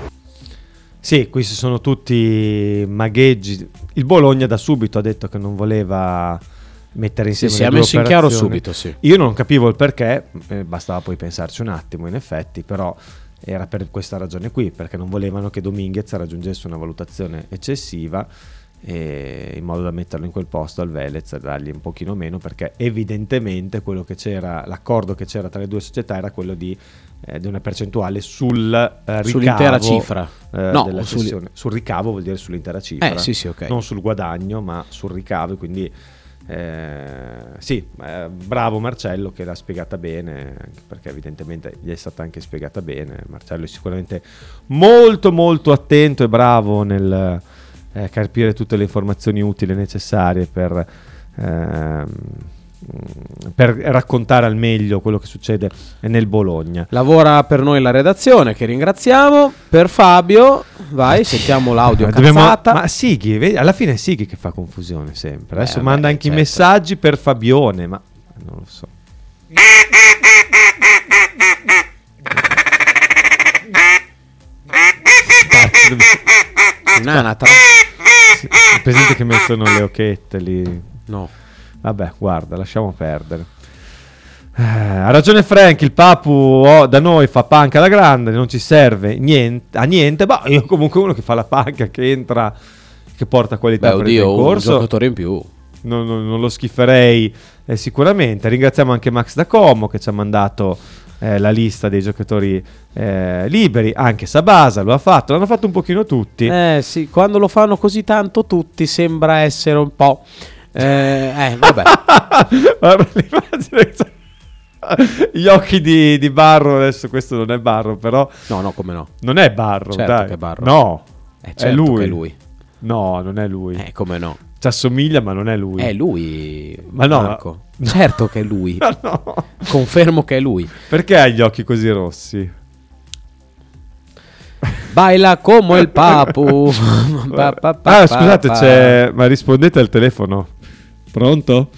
Sì, questi sono tutti magheggi. Il Bologna da subito ha detto che non voleva mettere Sì, insieme si le è due messo in chiaro operazioni. subito, sì. Io non capivo il perché, eh, bastava poi pensarci un attimo in effetti, però era per questa ragione qui, perché non volevano che Dominguez raggiungesse una valutazione eccessiva, e in modo da metterlo in quel posto al Velez e dargli un pochino meno, perché evidentemente quello che c'era, l'accordo che c'era tra le due società era quello di, eh, di una percentuale sul eh, ricavo, Sull'intera cifra. eh, No, della sul- cessione. Sul ricavo vuol dire sull'intera cifra, Eh, sì, sì, ok. non sul guadagno ma sul ricavo, quindi eh, sì, eh, bravo Marcello che l'ha spiegata bene, anche perché evidentemente gli è stata anche spiegata bene. Marcello è sicuramente molto molto attento e bravo nel eh, carpire tutte le informazioni utili e necessarie per, ehm, per raccontare al meglio quello che succede nel Bologna. Lavora per noi la redazione, che ringraziamo. Per Fabio, vai, sentiamo l'audio Eh, dobbiamo- cazzata. ma Sighi, vedi, alla fine è Sighi che fa confusione sempre. Adesso Eh, manda beh, anche certo. i messaggi per Fabione, ma non lo so. Un'anatra. Sì, è presente che mettono le occhiette lì? No. Vabbè, guarda, lasciamo perdere. Eh, ha ragione Frank, il Papu oh, da noi fa panca alla grande, non ci serve niente, a niente. Ma io comunque uno che fa la panca, che entra, che porta qualità Beh, per oddio, il un corso. giocatore in più. Non, non- non lo schiferei eh, sicuramente. Ringraziamo anche Max da Como che ci ha mandato eh, la lista dei giocatori eh, liberi. Anche Sabasa lo ha fatto, l'hanno fatto un pochino tutti. Eh sì, quando lo fanno così tanto tutti sembra essere un po'... Eh, eh vabbè. Guarda l'immagine che c'è. Gli occhi di, di Barro, adesso questo non è Barro, però... No, no, come no? Non è Barro, Certo dai. che è Barro. No, Eh, è certo lui. che è lui. No, non è lui. Eh, come no? Ci assomiglia, ma non è lui. È lui, Ma no, Marco. ma- Certo che è lui. Ma no. Confermo che è lui. Perché ha gli occhi così rossi? Baila come il papu. Pa, pa, pa, Ah, pa, scusate, pa. c'è... Ma rispondete al telefono. Pronto?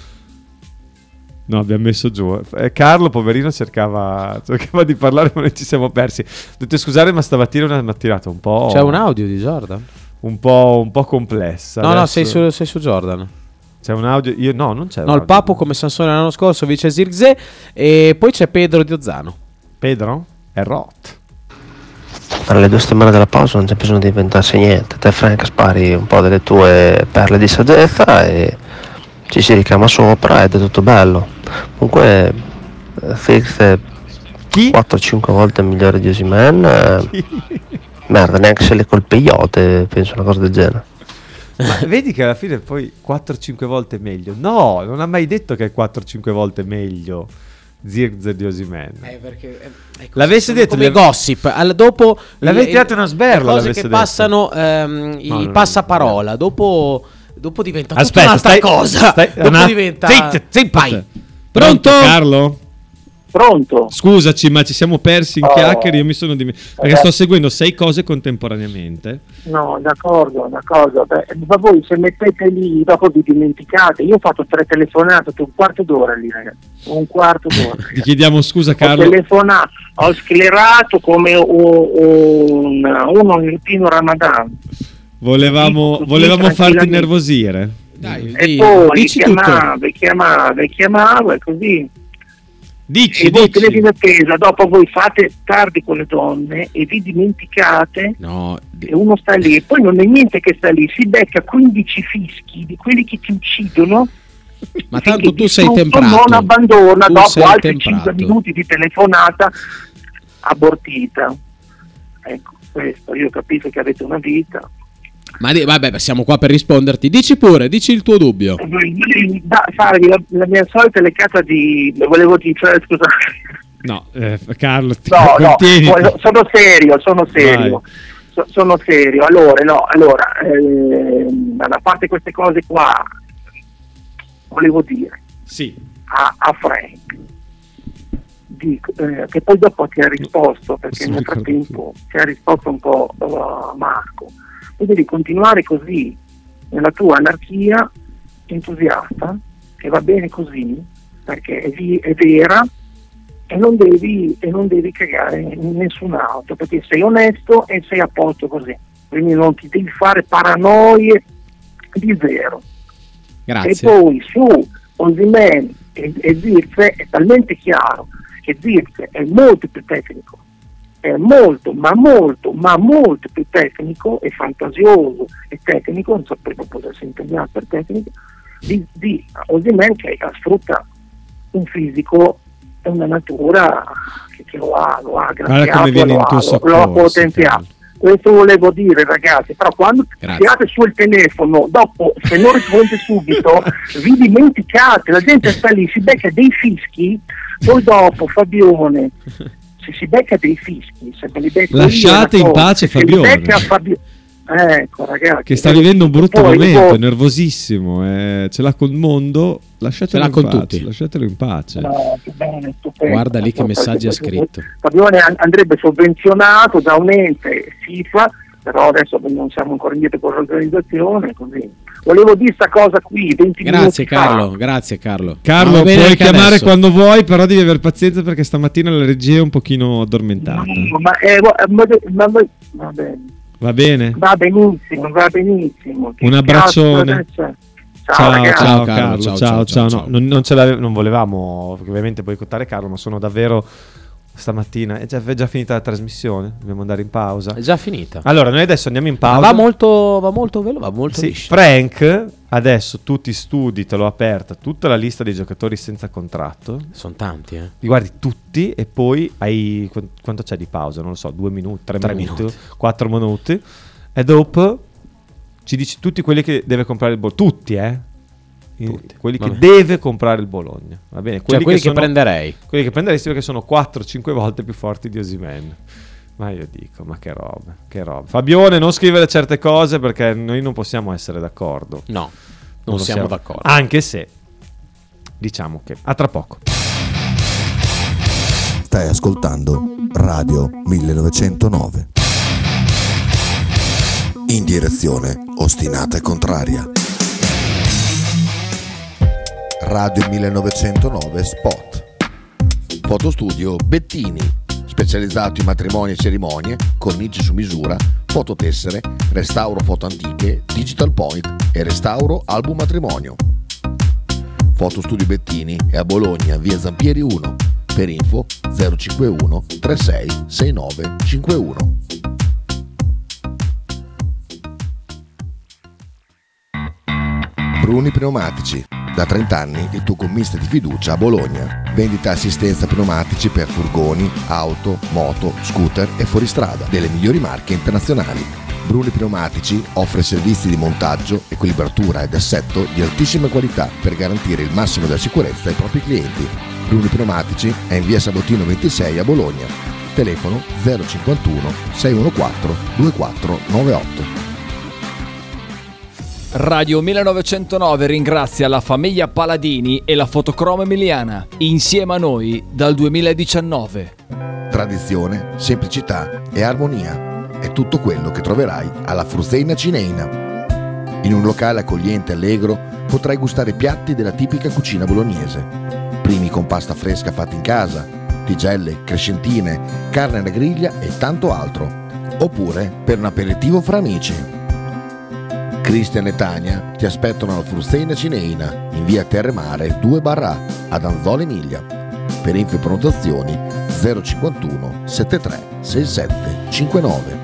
No, abbiamo messo giù. Eh, Carlo, poverino, cercava, cercava di parlare, ma noi ci siamo persi. Dovete scusare, ma stamattina è una mattinata un po'... C'è un audio di Jordan? Un po', un po' complessa. No, no, Adesso- sei su, sei su Jordan. C'è un audio... Io, no, non c'è un No, il audio. Papu come Sansone l'anno scorso, vice Zirkzee. E poi c'è Pedro di Ozzano. Pedro? È rot. Per le due settimane della pausa non c'è bisogno di inventarsi niente. Te, Frank, spari un po' delle tue perle di saggezza e ci si ricama sopra ed è tutto bello. Comunque, eh, Fix è quattro cinque volte migliore di Osimhen. eh, merda, neanche se le colpe iote, penso una cosa del genere. Ma vedi che alla fine poi quattro cinque volte meglio. No, non ha mai detto che è quattro cinque volte meglio Zirkzee di Osimhen. Eh, perché eh, ecco, L'avesse sono detto come le- i gossip. Al, dopo L'avete il- tirato una sberla, le cose l'avesse che detto. passano, ehm, i No, no, no, passaparola. Dopo, dopo diventa tutta Aspetta, un'altra stai- cosa. stai- dopo una- diventa. Zitti, zitti. Vai. Pronto, Carlo? Pronto? Scusaci, ma ci siamo persi in Oh. chiacchiere. Io mi sono dimenticato. Perché Ragazzi. sto seguendo sei cose contemporaneamente. No, d'accordo, d'accordo. Beh, ma voi se mettete lì, dopo vi dimenticate. Io ho fatto tre telefonate, un quarto d'ora lì, ragazzi. Un quarto d'ora. Ti chiediamo scusa, Ho Carlo. telefonato, ho sclerato come un, uno nel pieno Ramadan. Volevamo, Così, volevamo farti tranquillamente. innervosire. Dai, E di- poi dici tutto. chiamavo, e chiamavo, e chiamavo e così. Dici, e voi dici. tenete in attesa, dopo voi fate tardi con le donne e vi dimenticate No, e uno sta lì e poi non è niente che sta lì, si becca quindici fischi di quelli che ti uccidono. Ma tanto che tu sei distrutto, temprato. non abbandona Tu dopo sei altri temprato. cinque minuti di telefonata abortita. Ecco, questo, io capisco che avete una vita. Ma di- vabbè, beh, siamo qua per risponderti. Dici pure, dici il tuo dubbio. Da, farvi la, la mia solita leccata di volevo dire, cioè, scusate. No, eh, Carlo, ti No, no, contieni. poi sono serio, sono serio. So- sono serio. Allora, no, allora, ehm, a parte queste cose qua, volevo dire Sì. a, a Frank, dico, eh, che poi dopo ti ha risposto, perché Posso nel ricordare frattempo ti ha risposto un po' uh, Marco. Tu devi continuare così, nella tua anarchia entusiasta, che va bene così, perché è, vi- è vera, e non devi e non devi cagare in nessun altro, perché sei onesto e sei a posto così, quindi non ti devi fare paranoie di zero. Grazie. E poi su Osimhen e, e Zirkzee è talmente chiaro che Zirkzee è molto più tecnico, è molto ma molto ma molto più tecnico e fantasioso e tecnico, non sapevo potesse impegnare per tecnica di, di Osimhen, che sfrutta un fisico e una natura che, che lo ha, lo ha Guarda graziato, come viene lo in ha, tuo lo- lo ha soccorso, potenziato. Questo volevo dire, ragazzi, però quando Grazie. tirate su il telefono, dopo se non rispondete subito vi dimenticate, la gente sta lì, si becca dei fischi, poi dopo Fabione, se si becca dei fischi, se me li becco io, Lasciate è una in cosa, pace se li Fabione. becca Fabio- ecco ragazzi, Che sta vivendo un brutto poi momento, dopo- è nervosissimo, eh, ce l'ha col mondo, lasciatelo Ce l'ha in con pace, tutti. lasciatelo in pace. No, che bene, stupendo. Guarda lì che messaggi ha scritto. Fabione an- andrebbe sovvenzionato da un ente FIFA, però adesso non siamo ancora indietro con l'organizzazione, così. Volevo dire sta cosa qui, venti Grazie minuti fa. Carlo, grazie Carlo. Carlo, Ma va bene puoi anche chiamare adesso. quando vuoi, però devi aver pazienza perché stamattina la regia è un pochino addormentata. No, ma, eh, vo- ma, ma, ma- va bene. Va bene? Va benissimo, va benissimo. Che Un abbraccione. cazzo adesso- Ciao, Ciao, ragazzi. ciao, Carlo, Carlo, ciao, ciao, ciao, ciao, ciao. no, non, non ce l'ave- non volevamo ovviamente boicottare Carlo, ma sono davvero stamattina è già, è già finita la trasmissione, dobbiamo andare in pausa. È già finita. Allora, noi adesso andiamo in Ma pausa. va molto, va molto veloce, va molto Sì, liscio. Frank, adesso tu ti studi, te l'ho aperta tutta la lista dei giocatori senza contratto. Sono tanti, eh. Li guardi tutti e poi hai qu- quanto c'è di pausa? Non lo so, due minuti, tre, Tre minuti, minuti. quattro minuti. E dopo ci dici tutti quelli che deve comprare il bollo. Tutti, eh? tutti. Quelli Vabbè. che deve comprare il Bologna, va bene? Cioè, quelli che sono- prenderei. quelli che prenderesti perché sono quattro cinque volte più forti di Osimhen. Ma io dico, ma che roba, che roba. Fabione, non scrivere certe cose perché noi non possiamo essere d'accordo. No, non non siamo d'accordo. Anche se diciamo che a tra poco. Stai ascoltando Radio millenovecentonove. In direzione ostinata e contraria. Radio millenovecentonove Spot. Fotostudio Bettini, specializzato in matrimoni e cerimonie, cornici su misura, fototessere, restauro foto antiche, digital point e restauro album matrimonio. Fotostudio Bettini è a Bologna, via Zampieri uno. Per info zero cinquantuno trentasei sessantanove cinquantuno. Bruni Pneumatici. Da trenta anni il tuo commista di fiducia a Bologna. Vendita e assistenza pneumatici per furgoni, auto, moto, scooter e fuoristrada delle migliori marche internazionali. Bruni Pneumatici offre servizi di montaggio, equilibratura ed assetto di altissima qualità per garantire il massimo della sicurezza ai propri clienti. Bruni Pneumatici è in via Sabotino ventisei a Bologna. Telefono zero cinquantuno seicentoquattordici ventiquattro novantotto. Radio millenovecentonove ringrazia la famiglia Paladini e la Fotocromo Emiliana, insieme a noi dal duemiladiciannove. Tradizione, semplicità e armonia è tutto quello che troverai alla Fruzeina Cineina. In un locale accogliente e allegro potrai gustare piatti della tipica cucina bolognese. Primi con pasta fresca fatta in casa, tigelle, crescentine, carne alla griglia e tanto altro. Oppure per un aperitivo fra amici. Cristian e Tania ti aspettano alla Fruzeina Cineina in via Terremare due barra A ad Anzola Emilia. Per info e prenotazioni zero cinquantuno settantatré sessantasette cinquantanove.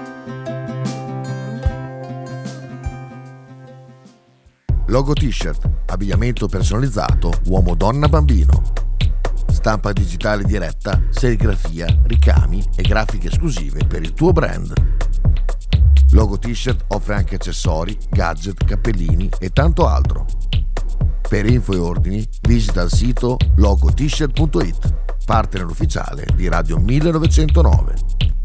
Logo T-shirt, abbigliamento personalizzato uomo, donna, bambino. Stampa digitale diretta, serigrafia, ricami e grafiche esclusive per il tuo brand. Logo T-shirt offre anche accessori, gadget, cappellini e tanto altro. Per info e ordini visita il sito logo t shirt punto it, partner ufficiale di Radio millenovecentonove.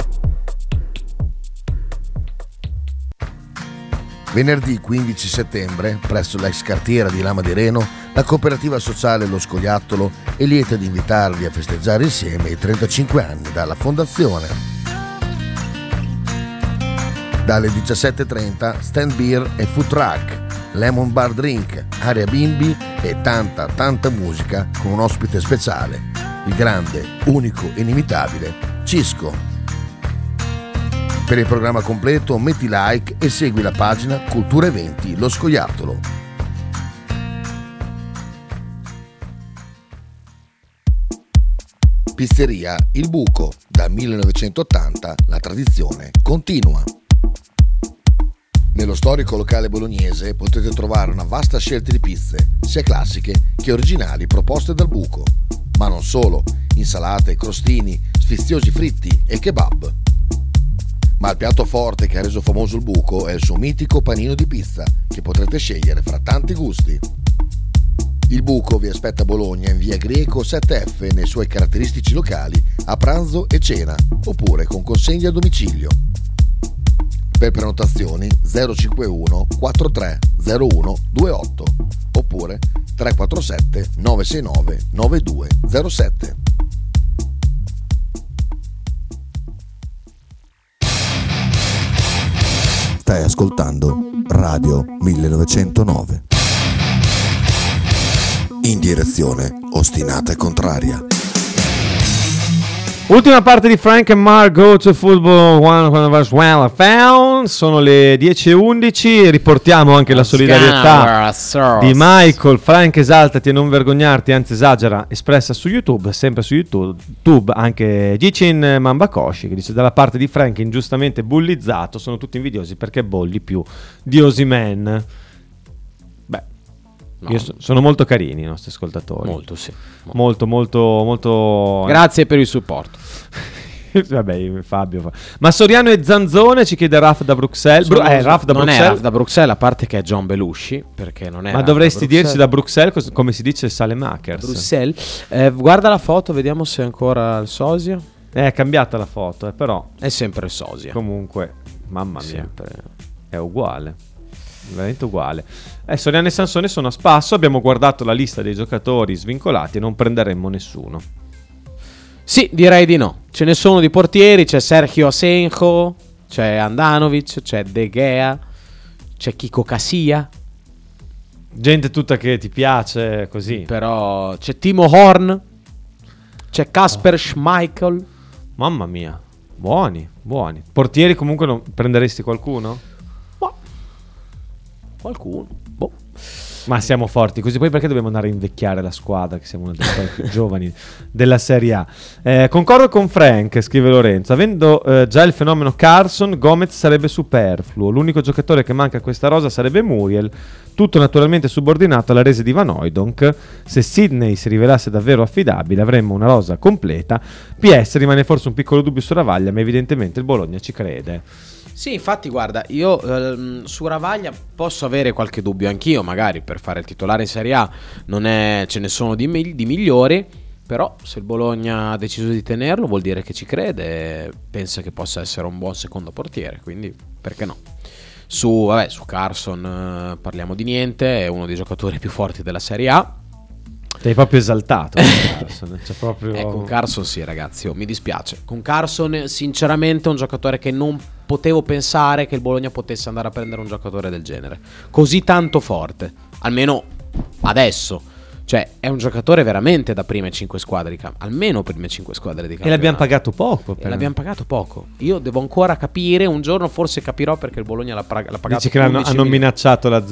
Venerdì quindici settembre, presso l'ex cartiera di Lama di Reno, la cooperativa sociale Lo Scoiattolo è lieta di invitarvi a festeggiare insieme i trentacinque anni dalla fondazione. Dalle diciassette e trenta stand beer e food truck, lemon bar drink, area bimbi e tanta tanta musica con un ospite speciale, il grande, unico e inimitabile Cisco. Per il programma completo metti like e segui la pagina Cultura Eventi Lo Scoiattolo. Pizzeria Il Buco, dal millenovecentottanta la tradizione continua. Nello storico locale bolognese potete trovare una vasta scelta di pizze, sia classiche che originali proposte dal Buco. Ma non solo, insalate, crostini, sfiziosi fritti e kebab. Ma il piatto forte che ha reso famoso il Buco è il suo mitico panino di pizza, che potrete scegliere fra tanti gusti. Il Buco vi aspetta a Bologna in via Greco sette F nei suoi caratteristici locali a pranzo e cena, oppure con consegna a domicilio. Per prenotazioni zero cinquantuno quarantatré zero uno ventotto oppure tre quattro sette nove sei nove nove due zero sette. Stai ascoltando Radio millenovecentonove. In direzione ostinata e contraria. Ultima parte di Frank and Mark Go to Football One was well found. Sono le dieci e undici. Riportiamo anche la solidarietà di Michael. Frank, esaltati e non vergognarti, anzi esagera, espressa su YouTube, sempre su YouTube, anche Gicin Mambakoshi che dice: dalla parte di Frank ingiustamente bullizzato, sono tutti invidiosi perché bolli più di Osimhen. Beh, No. io so- sono molto carini i nostri ascoltatori. Molto, sì. Molto, molto, molto. Grazie per il supporto. Vabbè, Fabio fa. Ma Soriano e Zanzone, ci chiede Raf da Bruxelles. Bru- eh, Raf da non Bruxelles. è Raf da Bruxelles, a parte che è John Belushi, perché non è Ma Raf dovresti da dirsi da Bruxelles cos- come si dice Salemakers. Bruxelles. Eh, guarda la foto, vediamo se è ancora il sosia. È cambiata la foto, eh, però è sempre il sosia. Comunque, mamma mia, Sempre. è uguale. Veramente uguale. Eh, Soriano e Sansone sono a spasso. Abbiamo guardato la lista dei giocatori svincolati e non prenderemmo nessuno. Sì, direi di no. Ce ne sono di portieri, c'è Sergio Asenjo, c'è Andanovic, c'è De Gea, c'è Kiko Casilla. Gente tutta che ti piace così. Però c'è Timo Horn, c'è Kasper Schmeichel. Mamma mia, buoni, buoni. Portieri comunque non prenderesti qualcuno? Qualcuno, boh. Ma siamo forti così, poi perché dobbiamo andare a invecchiare la squadra, che siamo una delle squadre più giovani della Serie A. Eh, concordo con Frank, scrive Lorenzo, avendo eh, già il fenomeno Carson, Gomez sarebbe superfluo, l'unico giocatore che manca a questa rosa sarebbe Muriel, tutto naturalmente subordinato alla resa di Van Hooijdonk. Se Sidney si rivelasse davvero affidabile avremmo una rosa completa. P S rimane forse un piccolo dubbio su Ravaglia, ma evidentemente il Bologna ci crede. Sì, infatti guarda, io ehm, su Ravaglia posso avere qualche dubbio anch'io, magari per fare il titolare in Serie A non è, ce ne sono di, mi- di migliori, però se il Bologna ha deciso di tenerlo vuol dire che ci crede e pensa che possa essere un buon secondo portiere, quindi perché no? Su, vabbè, su Carson eh, parliamo di niente, è uno dei giocatori più forti della Serie A. Sei proprio esaltato con Carson, c'è proprio... Eh, con Carson sì ragazzi, oh, mi dispiace. Con Carson sinceramente è un giocatore che non potevo pensare che il Bologna potesse andare a prendere un giocatore del genere, così tanto forte, almeno adesso. Cioè è un giocatore veramente da prime cinque squadre di campo, almeno prime cinque squadre di campo. E l'abbiamo pagato poco. E l'abbiamo pagato poco. Io devo ancora capire, un giorno forse capirò perché il Bologna l'ha, pra- l'ha pagato. Dici che hanno, hanno milioni. minacciato la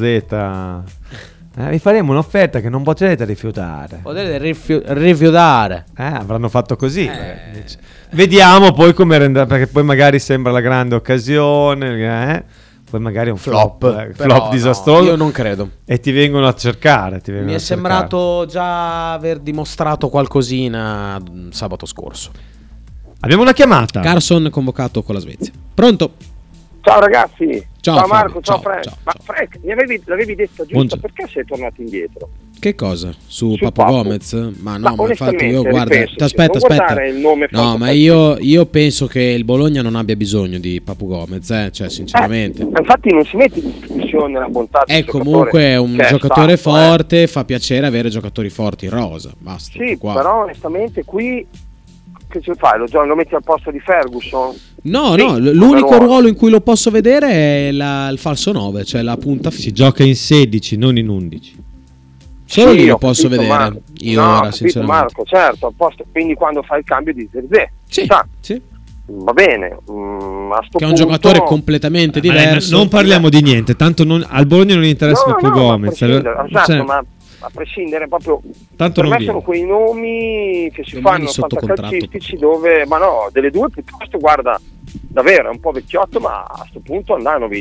Z... Eh, vi faremo un'offerta che non potrete rifiutare. Potete rifiu- rifiutare. Eh, avranno fatto così. Eh. Vediamo poi come renderà, perché poi magari sembra la grande occasione, eh? Poi magari è un flop, Flop, eh, però flop disastroso. no, io non credo. E ti vengono a cercare. Ti vengono Mi è a cercare. sembrato già aver dimostrato qualcosina sabato scorso. Abbiamo una chiamata. Carson convocato con la Svezia. Pronto? Ciao ragazzi, Ciao, ciao, Fabio. Marco, ciao, Ciao, Frank. ciao, Ma Frank, mi avevi, l'avevi detto giusto, Buongiorno. perché sei tornato indietro? Che cosa? Su, Su Papu Papu. Gomez? Ma no, Ma ma, infatti io onestamente, guarda, ripensaci, aspetta, non aspetta. guardare il nome No, fatto ma per- io, io penso che il Bologna non abbia bisogno di Papu Gomez, eh, cioè sinceramente. Eh, infatti non si mette in discussione la bontà del È giocatore comunque è un che è giocatore stato, eh. forte, fa piacere avere giocatori forti in rosa, basta. Sì, qua. però onestamente qui che ci fai? Lo, gio- lo metti al posto di Ferguson? No, Sì, no, come l'unico ruolo. ruolo in cui lo posso vedere è la- il falso nove, cioè la punta Si gioca in sedici, non in undici. Solo Sì, lì ho lo posso capito, vedere. Marco. Io no, ho ora, capito, sinceramente. Marco, certo, a posto. Quindi quando fai il cambio di Zerze, Sì, sa, sì. va bene. mm, a sto Che è un punto- giocatore completamente Ma diverso. non parliamo di niente, tanto non- al Bologna non interessa No, più no, ma a Gomez. prescindere, esatto, Cioè, ma a prescindere proprio Tanto per non me viene. sono quei nomi che si Domani fanno sotto contratto, fantacalcistici dove, ma no, delle due piuttosto, guarda, davvero è un po' vecchiotto, ma a sto punto Andanovic.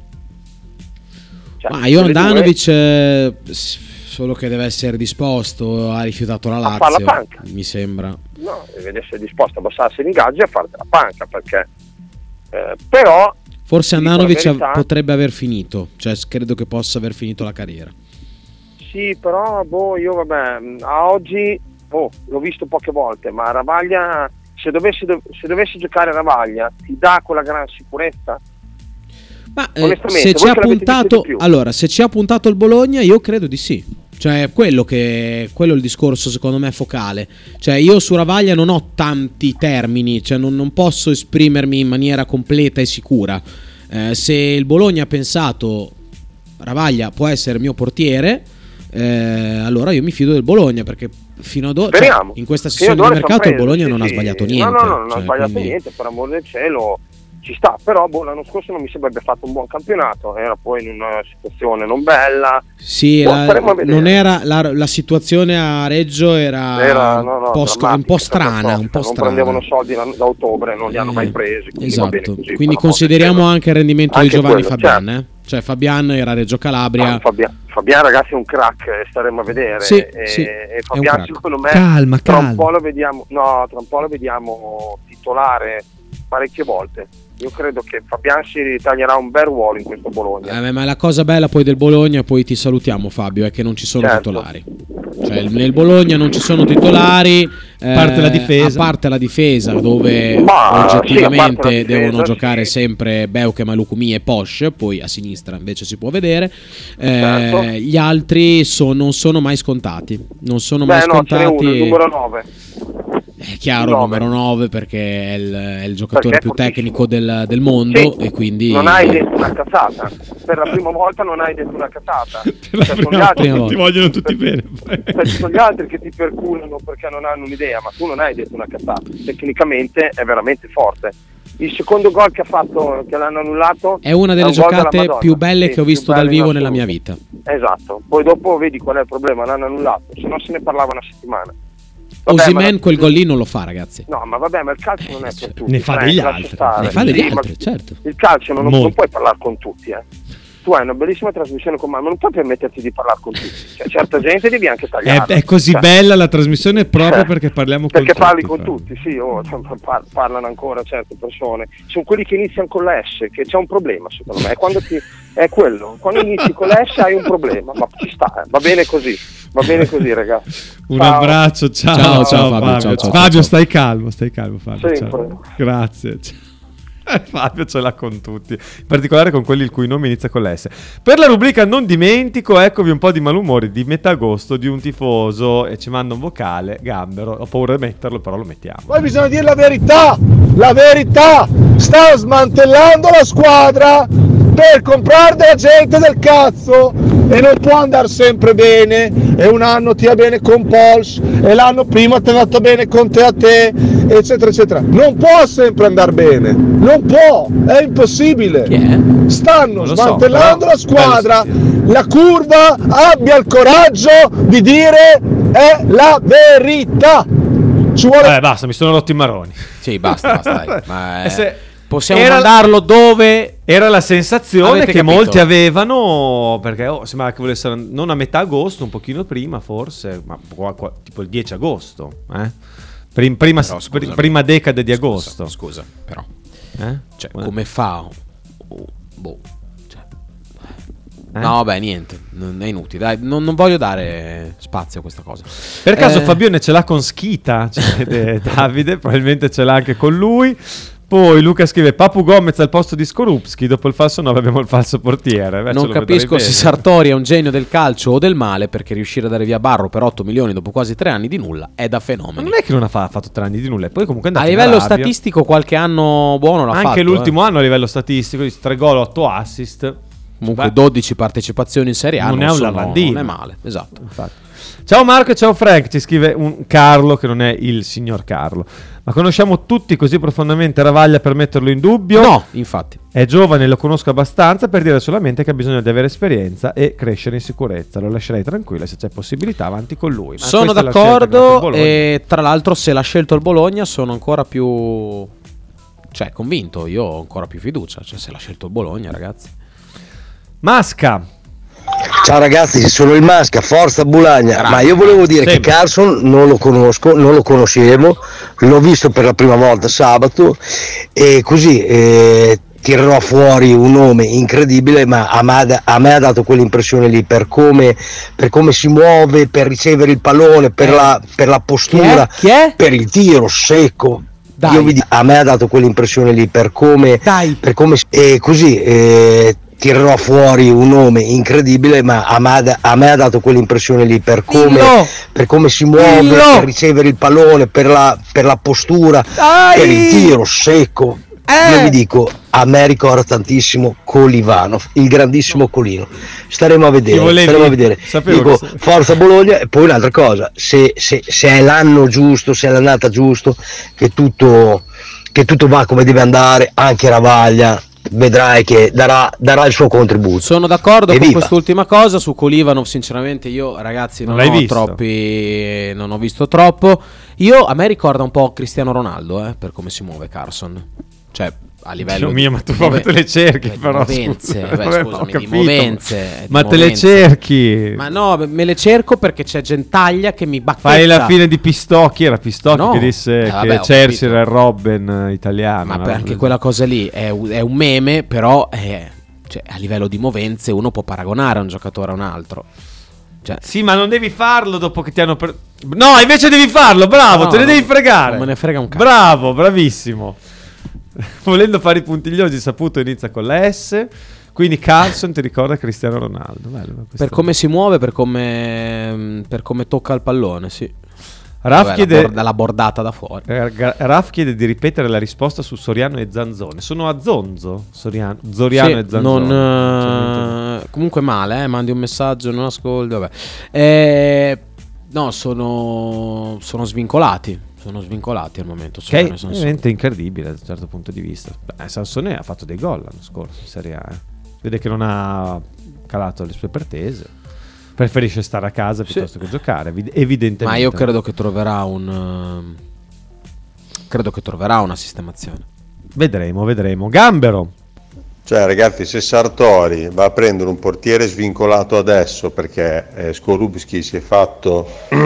Cioè, Ma io delle due- Andanovic eh, s- solo che deve essere disposto, ha rifiutato la A far la Lazio, panca. mi sembra. no, deve essere disposto a abbassarsi l'ingaggio e a farti la panca, perché eh, però Forse ti dico la Andanovic verità, potrebbe aver finito, cioè credo che possa aver finito la carriera. sì, però boh, io vabbè, a oggi boh, l'ho visto poche volte, ma Ravaglia, se dovessi, se dovessi giocare Ravaglia, ti dà quella gran sicurezza? Ma eh, Onestamente, se voi ci ha che l'avete visto puntato, di più. allora, se ci ha puntato il Bologna, io credo di sì. Cioè, quello che quello è il discorso secondo me focale. Cioè, io su Ravaglia non ho tanti termini, cioè non, non posso esprimermi in maniera completa e sicura. Eh, se il Bologna ha pensato Ravaglia può essere mio portiere, eh, allora io mi fido del Bologna, perché fino ad ora, cioè, Speriamo. in questa Fino sessione ad di ora mercato sono il Bologna preso, non sì, ha sbagliato sì. niente. No, no, no, non cioè, ha sbagliato quindi- niente, per amore del cielo ci sta, però boh, l'anno scorso non mi sembra abbia fatto un buon campionato, era poi in una situazione non bella. Sì, Boh, la- staremo a vedere. non era la, la situazione a Reggio era, Era no, no, un, po sc- un po' strana, un po' non strana. prendevano soldi da, da ottobre, non li hanno Eh, mai presi, quindi va bene Esatto. così, Quindi per amore consideriamo del cielo. anche il rendimento Anche di Giovanni quello, Fabian, certo. eh? Cioè Fabian era a Reggio Calabria. Ah, Fabian, Fabian ragazzi è un crack, eh, staremo a vedere. Sì, e, sì, e è un Fabian crack. secondo me Calma, tra calma. un po' lo vediamo, no, tra un po' lo vediamo titolare parecchie volte. Io credo che Fabian si ritaglierà un bel ruolo in questo Bologna. Eh, ma la cosa bella poi del Bologna, poi ti salutiamo Fabio, è che non ci sono Certo. titolari. Cioè nel Bologna non ci sono titolari, eh, A parte la difesa. a parte la difesa, dove Ma, oggettivamente sì, a parte la difesa, devono giocare sì. sempre Beuke, Malukumi e Posch, poi a sinistra invece si può vedere. Eh, Certo. Gli altri so- non sono mai scontati, non sono mai Beh, no, ce n'è scontati. uno, il numero nove. È chiaro, il nove. numero nove perché è il, è il giocatore Perché è più fortissimo. tecnico del, del mondo Sì, e quindi non hai detto una cazzata. Per la prima volta non hai detto una cazzata. Cioè, sono gli altri, prima volta. Ti vogliono tutti bene. cioè, ci sono gli altri che ti perculano perché non hanno un'idea, ma tu non hai detto una cazzata. Tecnicamente è veramente forte. Il secondo gol che ha fatto, che l'hanno annullato, è una delle un gol della giocate Madonna. più belle Sì, che ho più visto dal belle in vivo nella mia assoluto. vita. Esatto. Poi dopo vedi qual è il problema, l'hanno annullato, se no se ne parlava una settimana. Vabbè, Osimhen ma- quel gol lì non lo fa, ragazzi. No, ma vabbè, ma il calcio non è per tutti. Ne fa Frank, degli lascia altri. stare. Ne fa degli Sì, ma altri, certo. Il calcio non, Molto. non puoi parlare con tutti, eh. Tu hai una bellissima trasmissione con me, ma non puoi permetterti di parlare con tutti. Cioè, certa gente devi anche È, tagliare. è così Cioè, bella la trasmissione proprio Eh, perché parliamo perché con parli tutti, con Fabio. tutti, sì, oh, par- parlano ancora certe persone. Sono quelli che iniziano con la S, che c'è un problema secondo me. È, quando ti, è quello, quando inizi con la S hai un problema, ma ci sta, eh. Va bene così, va bene così ragazzi. Un Ciao. abbraccio, ciao, Ciao, ciao, ciao, Fabio. Fabio, ciao, ciao, Fabio, ciao. stai calmo, stai calmo, Fabio. Sempre. Ciao. Grazie. Ciao. Fabio ce l'ha con tutti, in particolare con quelli il cui nome inizia con l'S. Per la rubrica Non dimentico, eccovi un po' di malumori di metà agosto di un tifoso e ci manda un vocale, Gambero. Ho paura di metterlo, però lo mettiamo. Poi bisogna dire la verità, la verità, sta smantellando la squadra per comprare della gente del cazzo e non può andare sempre bene, e un anno ti va bene con Pols e l'anno prima ti è andato bene con te a te, eccetera eccetera. Non può sempre andare bene, non può, è impossibile. Stanno Non lo so, smantellando però la squadra, bello la curva abbia il coraggio di dire è la verità. Ci vuole Eh, basta, mi sono rotto i maroni. Sì, basta, basta. dai. Ma, Eh, eh, se- possiamo era- mandarlo dove Era la sensazione Avete che capito? molti avevano, perché oh, sembrava che volessero non a metà agosto, un pochino prima forse, ma qua- qua- tipo il dieci agosto, eh? Prim- prima, Però, scusami. pr- prima decade di Scusa, agosto. Scusa, però. Eh? Cioè, Guarda. come fa? Oh, boh. Cioè. Eh? No, beh, niente, non è inutile. Dai, non, non voglio dare spazio a questa cosa. Per caso Eh, Fabione ce l'ha con Schita, cioè, de- Davide, probabilmente ce l'ha anche con lui. Poi Luca scrive Papu Gomez al posto di Skorupski, dopo il falso nove abbiamo il falso portiere. Beh, ce Non lo capisco vedrei se bene. Sartori è un genio del calcio o del male, perché riuscire a dare via Barro per otto milioni dopo quasi tre anni di nulla è da Ma fenomeni. non è che non ha fa- fatto tre anni di nulla, e poi comunque è A andato in livello Arabia. statistico qualche anno buono l'ha Anche fatto. l'ultimo eh. anno a livello statistico, tre gol, otto assist. Comunque Beh, dodici partecipazioni in Serie A non non, è un sono- lavandino. non è male, esatto. Infatti. Ciao Marco e ciao Frank, ci scrive un Carlo che non è il signor Carlo. Ma conosciamo tutti così profondamente Ravaglia per metterlo in dubbio? No, infatti. È giovane, lo conosco abbastanza per dire solamente che ha bisogno di avere esperienza e crescere in sicurezza. Lo lascerei tranquillo e se c'è possibilità avanti con lui. Ma Sono questa è la scelta che ha fatto il d'accordo Bologna. e tra l'altro se l'ha scelto il Bologna sono ancora più, cioè, convinto, io ho ancora più fiducia, cioè se l'ha scelto il Bologna, ragazzi. Masca. Ciao ragazzi, sono il Masca, forza Bulagna. Grande, Ma io volevo dire sempre. che Carlson non lo conosco, non lo conoscevo, l'ho visto per la prima volta sabato e così eh, tirerò fuori un nome incredibile, ma a me, a me ha dato quell'impressione lì per come, per come si muove, per ricevere il pallone, per, la, per la postura, Chi è? per il tiro secco. Dai. Io vi dico, a me ha dato quell'impressione lì per come, Dai. per come e così eh, tirerò fuori un nome incredibile, ma a me, a me ha dato quell'impressione lì per come, Dillo. per come si muove, Dillo. per ricevere il pallone, per la, per la postura, Dai. per il tiro secco. Eh. Io vi dico, a me ricorda tantissimo Colivanov, il grandissimo Colino. Staremo a Ti vedere, volevi- staremo a vedere. sapevo Dico, che- forza Bologna. E poi un'altra cosa, se, se, se è l'anno giusto, se è l'annata giusto, che tutto, che tutto va come deve andare, anche Ravaglia, vedrai che darà, darà il suo contributo. Sono d'accordo con Evviva. quest'ultima cosa. Su Colivanov, sinceramente, io, ragazzi, non, Non l'hai ho visto? troppi. Non ho visto troppo. Io a me ricorda un po' Cristiano Ronaldo, eh, per come si muove Carson. Cioè, a livello Dio mio, di, ma tu di proprio te le cerchi, di però, movenze, scusa. beh, Vabbè, scusami, ho di capito. movenze, di Ma te le movenze. cerchi? Ma no, me le cerco perché c'è Gentaglia che mi bacchetta. Fai la fine di Pistocchi, era Pistocchi No. che disse Eh, vabbè, che ho Chelsea capito. era il Robben italiano. Ma no? per anche quella cosa lì è, un- è un meme, però è- cioè, a livello di movenze uno può paragonare un giocatore a un altro. Cioè, Sì, ma non devi farlo dopo che ti hanno per... No, invece devi farlo, bravo, No, te ne non- devi fregare. non me ne frega un cazzo. Bravo, bravissimo. Volendo fare i puntigliosi, saputo inizia con la S. Quindi Carlson ti ricorda Cristiano Ronaldo. Bello, questo. per come si muove, per come, per come tocca il pallone, sì. Raf Vabbè, chiede- la, borda- la bordata da fuori. Eh, Ga- Raf chiede di ripetere la risposta su Soriano e Zanzone. Sono a Zonzo, Soriano, Zoriano Sì, e Zanzone. non, eh, comunque male, eh, mandi un messaggio, non ascolti, vabbè. Eh, no, sono, sono svincolati. Sono svincolati al momento. Che Soriano è e Sansone. veramente incredibile da un certo punto di vista. Beh, Sansone ha fatto dei gol l'anno scorso in Serie A. eh. Vede che non ha calato le sue pretese. Preferisce stare a casa piuttosto che giocare, evid- evidentemente. Ma io credo che troverà un. ehm, credo che troverà una sistemazione. Vedremo, vedremo. Gambero. Cioè ragazzi, se Sartori va a prendere un portiere svincolato adesso perché eh, Skorupski si è fatto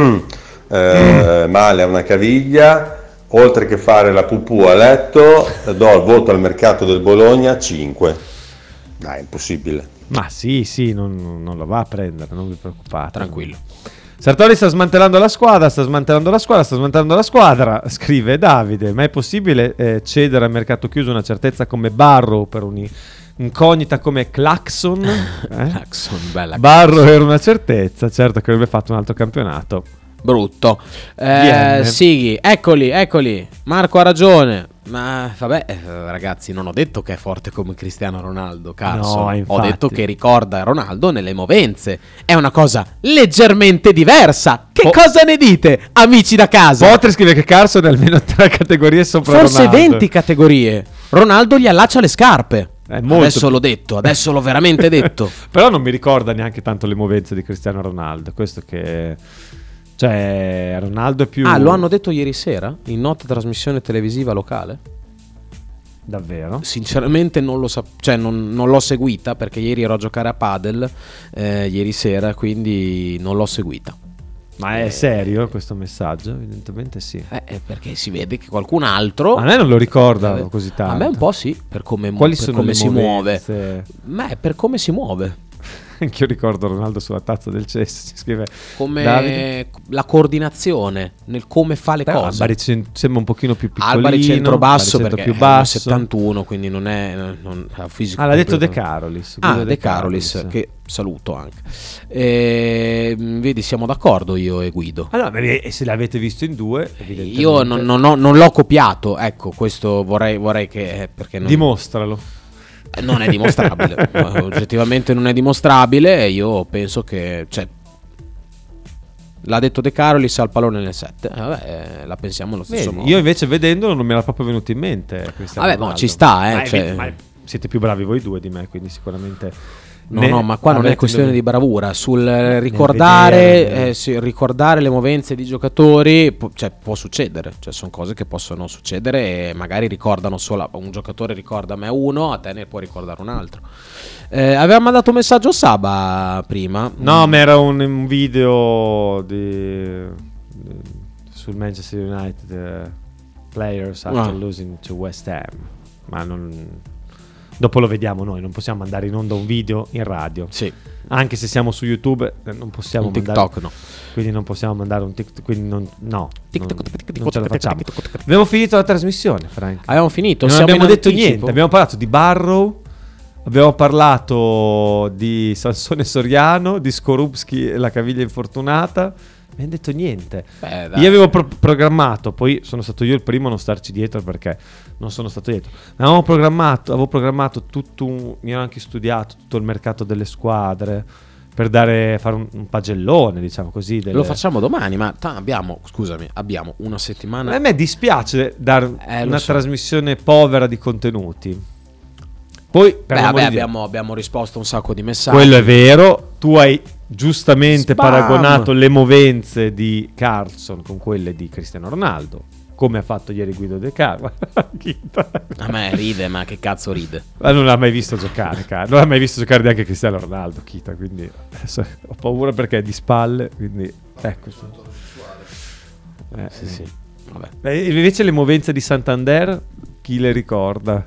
eh, male a una caviglia, oltre che fare la pupù a letto, do il voto al mercato del Bologna cinque. Dai, è impossibile. Ma sì, sì, non, non lo va a prendere, non vi preoccupate. Tranquillo. Sartori sta smantellando la squadra, sta smantellando la squadra, sta smantellando la squadra. Scrive Davide, ma è possibile eh, cedere al mercato chiuso una certezza come Barrow per un'incognita come Claxon? Eh? Claxon, bella. Barrow era una certezza, certo che avrebbe fatto un altro campionato. Brutto. Eh, Viene. Sighi, eccoli, eccoli. Marco ha ragione. Ma vabbè, eh, ragazzi, non ho detto che è forte come Cristiano Ronaldo, Carlson. No, ho infatti. detto che ricorda Ronaldo nelle movenze. È una cosa leggermente diversa. Che Oh. cosa ne dite, amici da casa? Potre scrive che Carson è almeno tre categorie sopra Forse Ronaldo. venti categorie. Ronaldo gli allaccia le scarpe. È molto Adesso più- l'ho detto, adesso l'ho veramente detto. Però non mi ricorda neanche tanto le movenze di Cristiano Ronaldo. Questo che... Cioè, Ronaldo è più... Ah, lo hanno detto ieri sera in nota trasmissione televisiva locale? Davvero? Sinceramente non lo so, cioè non, non l'ho seguita perché ieri ero a giocare a padel eh, ieri sera, quindi non l'ho seguita. Ma è serio questo messaggio? Evidentemente sì. Eh, perché si vede che qualcun altro... A me non lo ricorda Eh, così tanto. A me un po' sì, per come, Quali per sono come le si movenze? muove. Ma è per come si muove. Anch'io ricordo Ronaldo sulla tazza del Chelsea. Si scrive Come Davide. la coordinazione nel come fa le Però cose. Albari cen- sembra un pochino più piccolino. Alba di centro basso Baricentro perché più è uno basso. settantuno, quindi non è non, ha un fisico Ah, l'ha detto De completo. Carolis. Ah, Guido De Carolis, che saluto anche. E, vedi, siamo d'accordo io e Guido. Allora, beh, se l'avete visto in due, evidentemente. Io non, non ho- non l'ho copiato, ecco, questo vorrei, vorrei che... Perché non, Dimostralo. Eh, non è dimostrabile, oggettivamente non è dimostrabile e io penso che... Cioè, l'ha detto De Carolis al pallone nel set, eh, vabbè, eh, la pensiamo allo stesso Vedi, modo. io invece vedendolo non mi era proprio venuto in mente Cristiano Vabbè, ma Ronaldo. ci sta, eh, Ma è- cioè- ma siete più bravi voi due di me, quindi sicuramente... No, ne no, ma qua non è avete questione delle- di bravura. Sul eh, Nel ricordare, vedere, eh, sì, ricordare le movenze di giocatori, pu- cioè, può succedere. Cioè, sono cose che possono succedere e magari ricordano solo. Un giocatore ricorda a me uno, a te ne può ricordare un altro. Eh, aveva mandato un messaggio a Saba prima. No, Mm. ma era un, un video di, di- sul Manchester United eh, players after Ah. losing to West Ham. Ma non... Dopo lo vediamo noi, non possiamo mandare in onda un video in radio. Sì. Anche se siamo su YouTube, eh, non possiamo Un mandare... TikTok, no. Quindi non possiamo mandare un TikTok, quindi non, no, TikTok, non, TikTok, non ce la TikTok, facciamo. TikTok, TikTok. Abbiamo finito la trasmissione, Frank. Abbiamo finito. Non siamo abbiamo in detto anticipo. niente, abbiamo parlato di Barrow, abbiamo parlato di Sansone Soriano, di Skorupski e la caviglia infortunata. Non abbiamo detto niente. Beh, dai. Io avevo pro- programmato, poi sono stato io il primo a non starci dietro perché non sono stato dietro. Ma avevo programmato, avevo programmato tutto un, mi ero anche studiato tutto il mercato delle squadre per dare fare un, un pagellone, diciamo così. Delle... Lo facciamo domani, ma ta- abbiamo, scusami, abbiamo una settimana. A me dispiace dare Eh, lo una so. trasmissione povera di contenuti. Poi, per Beh, l'amor vabbè, di Dio, abbiamo, abbiamo risposto a un sacco di messaggi. quello è vero. Tu hai giustamente Spam. paragonato le movenze di Carlson con quelle di Cristiano Ronaldo. come ha fatto ieri Guido De Carlo. A me ride, ma che cazzo ride? Ma non l'ha mai visto giocare, cara. Non l'ha mai visto giocare neanche Cristiano Ronaldo, Kita, quindi adesso ho paura perché è di spalle, quindi ecco. Eh, Sì, sì. Vabbè. Eh, invece le movenze di Santander, chi le ricorda?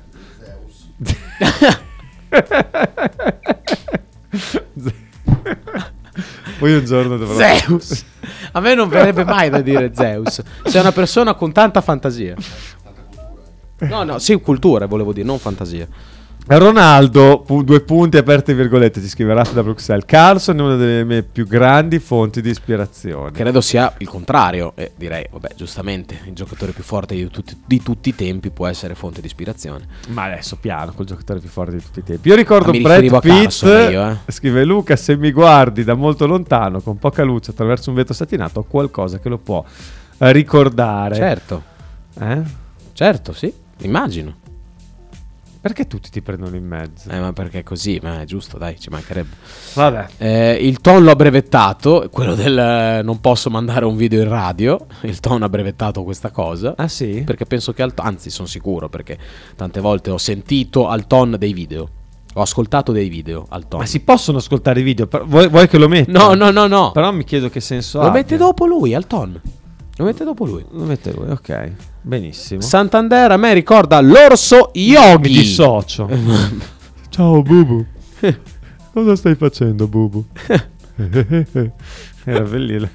Poi un giorno dovrò... Zeus. A me non verrebbe mai da dire Zeus. Sei una persona con tanta fantasia. No, no, sì, cultura volevo dire, non fantasia. Ronaldo, pu- due punti aperte virgolette, ti scrive Raf da Bruxelles. Carlson è una delle mie più grandi fonti di ispirazione. Credo sia il contrario. E direi, vabbè, giustamente, il giocatore più forte di tutti, di tutti i tempi può essere fonte di ispirazione. Ma adesso piano, col giocatore più forte di tutti i tempi. Io ricordo Ma mi Brad riferivo a Pitt, Carson io, eh. scrive Luca, se mi guardi da molto lontano, con poca luce, attraverso un vetro satinato, ho qualcosa che lo può eh, ricordare. Certo. Eh? Certo, sì, immagino. Perché tutti ti prendono in mezzo? Eh, ma perché è così, ma è giusto, dai, ci mancherebbe. Vabbè. Eh, il ton l'ho brevettato, quello del eh, non posso mandare un video in radio. Il ton ha brevettato questa cosa. Ah sì? Perché penso che al ton, anzi sono sicuro, perché tante volte ho sentito al ton dei video. Ho ascoltato dei video al ton. Ma si possono ascoltare i video? Per- vuoi, vuoi che lo metta? No, no, no, no. Però mi chiedo che senso ha. Lo mette dopo lui, al ton. Lo mette dopo lui. Lo mette lui, ok. Benissimo. Santander a me ricorda l'orso Yogi. Mi dissocio. Ciao Bubu. Cosa stai facendo, Bubu? Era bellino.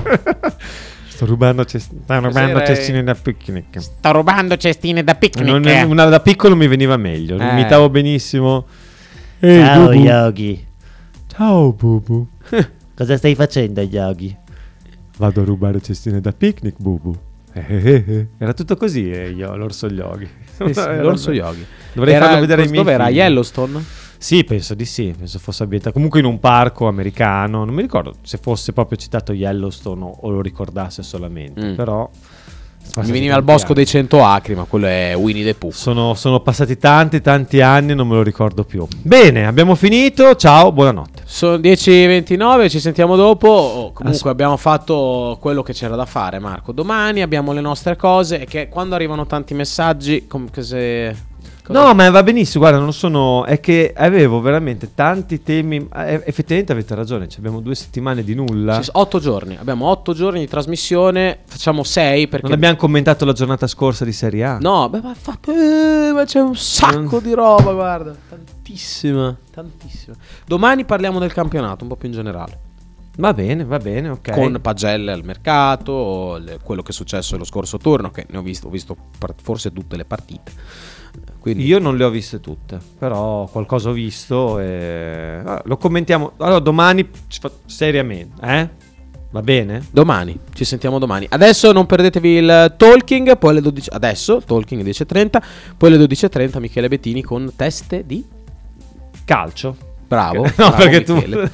Sto rubando, cest- sto rubando Cos'era? cestine da picnic. Sto rubando cestine da picnic. Non è- una da piccolo mi veniva meglio. Eh. Imitavo benissimo. Ehi, Ciao Bubu. Yogi. Ciao Bubu. Cosa stai facendo, Yogi? Vado a rubare cestine da picnic, Bubu. Eh, eh, eh. Era tutto così, eh, io, l'orso Yogi. Eh sì, Era- l'orso Yogi. Dovrei Era- farlo vedere ai miei dove era? figli. Yellowstone? Sì, penso di sì. Penso fosse ambientato comunque in un parco americano. Non mi ricordo se fosse proprio citato Yellowstone o, o lo ricordasse solamente. Mm. Però Mi veniva al bosco dei cento acri, ma quello è Winnie the Pooh. Sono, sono passati tanti, tanti anni e non me lo ricordo più. Bene, abbiamo finito. Ciao, buonanotte. Sono dieci e ventinove, ci sentiamo dopo. Oh, comunque As- abbiamo fatto quello che c'era da fare, Marco. Domani abbiamo le nostre cose e che quando arrivano tanti messaggi, come che se... cosa- No, ma va benissimo. Guarda, non sono. È che avevo veramente tanti temi. eh, Effettivamente avete ragione. ci Abbiamo due settimane di nulla. Sì, otto giorni. Abbiamo otto giorni di trasmissione. Facciamo sei perché... Non abbiamo commentato la giornata scorsa di Serie A. No, beh, ma, fa... eh, ma c'è un sacco di roba, guarda. Tantissima, tantissima. Domani parliamo del campionato, un po' più in generale. Va bene, va bene, ok. Con pagelle al mercato, le- quello che è successo lo scorso turno, che ne ho visto, ho visto par- forse tutte le partite. Quindi... Io non le ho viste tutte, però qualcosa ho visto e ah, lo commentiamo. Allora domani ci fa- seriamente, eh? Va bene? Domani, ci sentiamo domani. Adesso non perdetevi il talking, poi alle dodici adesso talking dieci e trenta, poi alle dodici e trenta Michele Bettini con teste di calcio. Bravo. No, bravo, perché tu- Michele.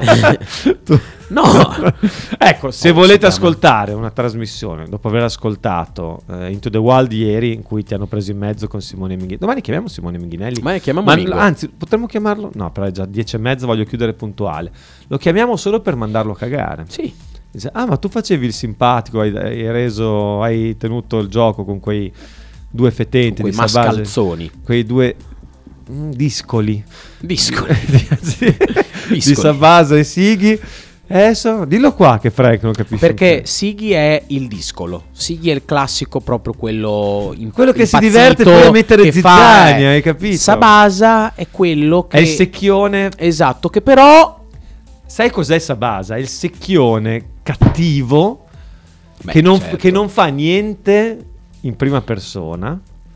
Tu- No. Ecco, se Oh, volete si chiama. ascoltare una trasmissione dopo aver ascoltato eh, Into the Wild ieri, in cui ti hanno preso in mezzo con Simone Minghinelli. Domani chiamiamo Simone Minghinelli. Ma chiamiamo Ma- Mingo. Anzi, potremmo chiamarlo. No, però è già dieci e mezza, voglio chiudere puntuale. Lo chiamiamo solo per mandarlo a cagare. Sì. Dice, ah, ma tu facevi il simpatico, hai, hai reso, hai tenuto il gioco con quei due fetenti, Con quei di Sabase, mascalzoni. quei due mm, discoli, Discoli. Sì, di Discoli. Sabasa e Sighi. Adesso dillo qua che Frank non capisce. Perché Sighi è il discolo. Sighi è il classico, proprio quello in, Quello che si impazzito, diverte poi a mettere che zizzania, fa- hai capito? Sabasa è quello che È il secchione. Esatto, che però Sai cos'è Sabasa? È il secchione cattivo. Beh, che, non, certo. che non fa niente in prima persona,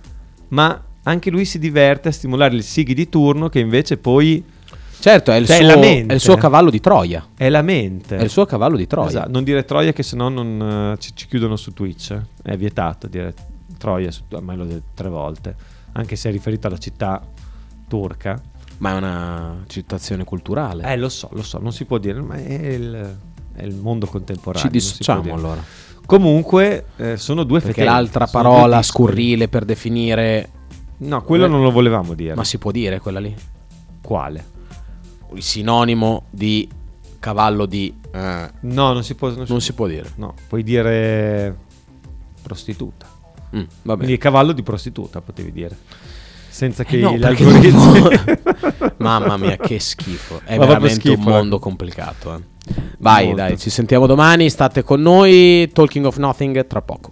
ma anche lui si diverte a stimolare il Sighi di turno, che invece poi certo è il, cioè, suo, la mente. è il suo cavallo di Troia. è la mente. È il suo cavallo di Troia. Esatto, non dire Troia che sennò non eh, ci, ci chiudono su Twitch. È vietato dire Troia, su, ma l'ho detto tre volte, anche se è riferito alla città turca. Ma è una citazione culturale. Eh, lo so, lo so, non si può dire, ma è il, è il mondo contemporaneo. Ci non si può dissociamo dire. allora. Comunque eh, sono due Perché fetenti, l'altra sono parola due discoli. scurrile per definire... No, quello Eh, non lo volevamo dire. Ma si può dire quella lì? Quale? Il sinonimo di cavallo di... eh, No, non si può. Non, non si può dire. No, puoi dire prostituta. Mm, va bene. Quindi cavallo di prostituta, potevi dire. Senza che Eh no, gli perché algoritmi... Mamma mia, che schifo. È Ma proprio veramente schifo, un mondo eh. complicato. Eh. Vai, Molto. dai, ci sentiamo domani. State con noi. Talking of Nothing tra poco.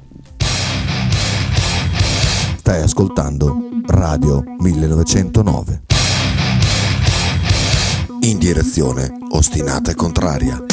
Stai ascoltando Radio millenovecentonove. In direzione ostinata e contraria.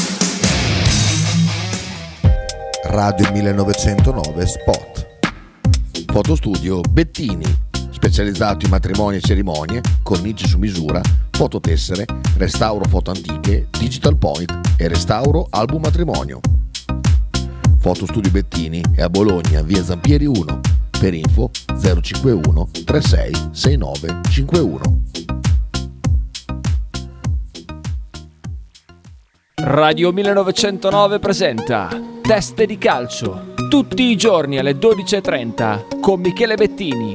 Radio millenovecentonove Spot. Fotostudio Bettini, specializzato in matrimoni e cerimonie, cornici su misura, fototessere, restauro foto antiche, digital point e restauro album matrimonio. Fotostudio Bettini è a Bologna, via Zampieri uno. Per info zero cinquantuno trentasei sessantanove cinquantuno. Radio millenovecentonove presenta Teste di calcio, tutti i giorni alle dodici e trenta con Michele Bettini.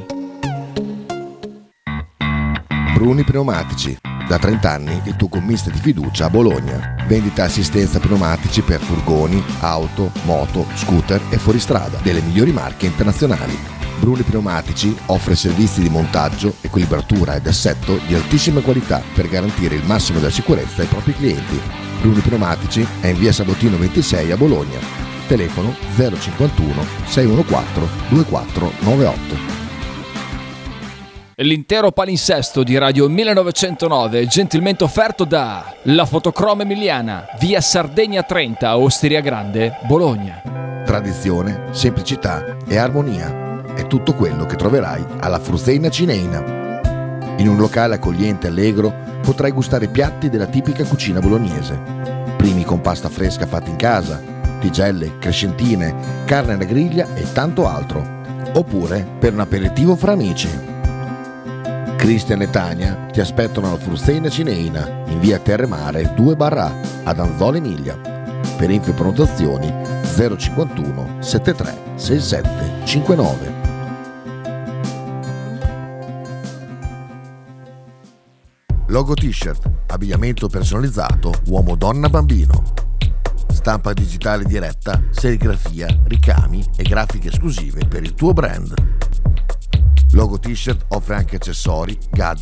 Bruni Pneumatici, da trenta anni il tuo commista di fiducia a Bologna. Vendita e assistenza pneumatici per furgoni, auto, moto, scooter e fuoristrada, delle migliori marche internazionali. Bruni Pneumatici offre servizi di montaggio, equilibratura ed assetto di altissima qualità per garantire il massimo della sicurezza ai propri clienti. Bruni Pneumatici è in via Sabotino ventisei a Bologna. Telefono zero cinquantuno sei quattordici due quattro nove otto. L'intero palinsesto di Radio millenovecentonove è gentilmente offerto da La Fotocroma Emiliana, via Sardegna trenta, Osteria Grande, Bologna. Tradizione, semplicità e armonia è tutto quello che troverai alla Fruzeina Cineina. In un locale accogliente e allegro potrai gustare piatti della tipica cucina bolognese. Primi con pasta fresca fatta in casa, tigelle, crescentine, carne alla griglia e tanto altro. Oppure per un aperitivo fra amici. Cristian e Tania ti aspettano alla Fruzeina Cineina in via Terremare due barra A ad Anzola Emilia. Per info e prenotazioni zero cinquantuno settantatré sessantasette cinquantanove. Logo T-shirt, abbigliamento personalizzato uomo, donna, bambino. Stampa digitale diretta, serigrafia, ricami e grafiche esclusive per il tuo brand. Logo T-shirt offre anche accessori, gadget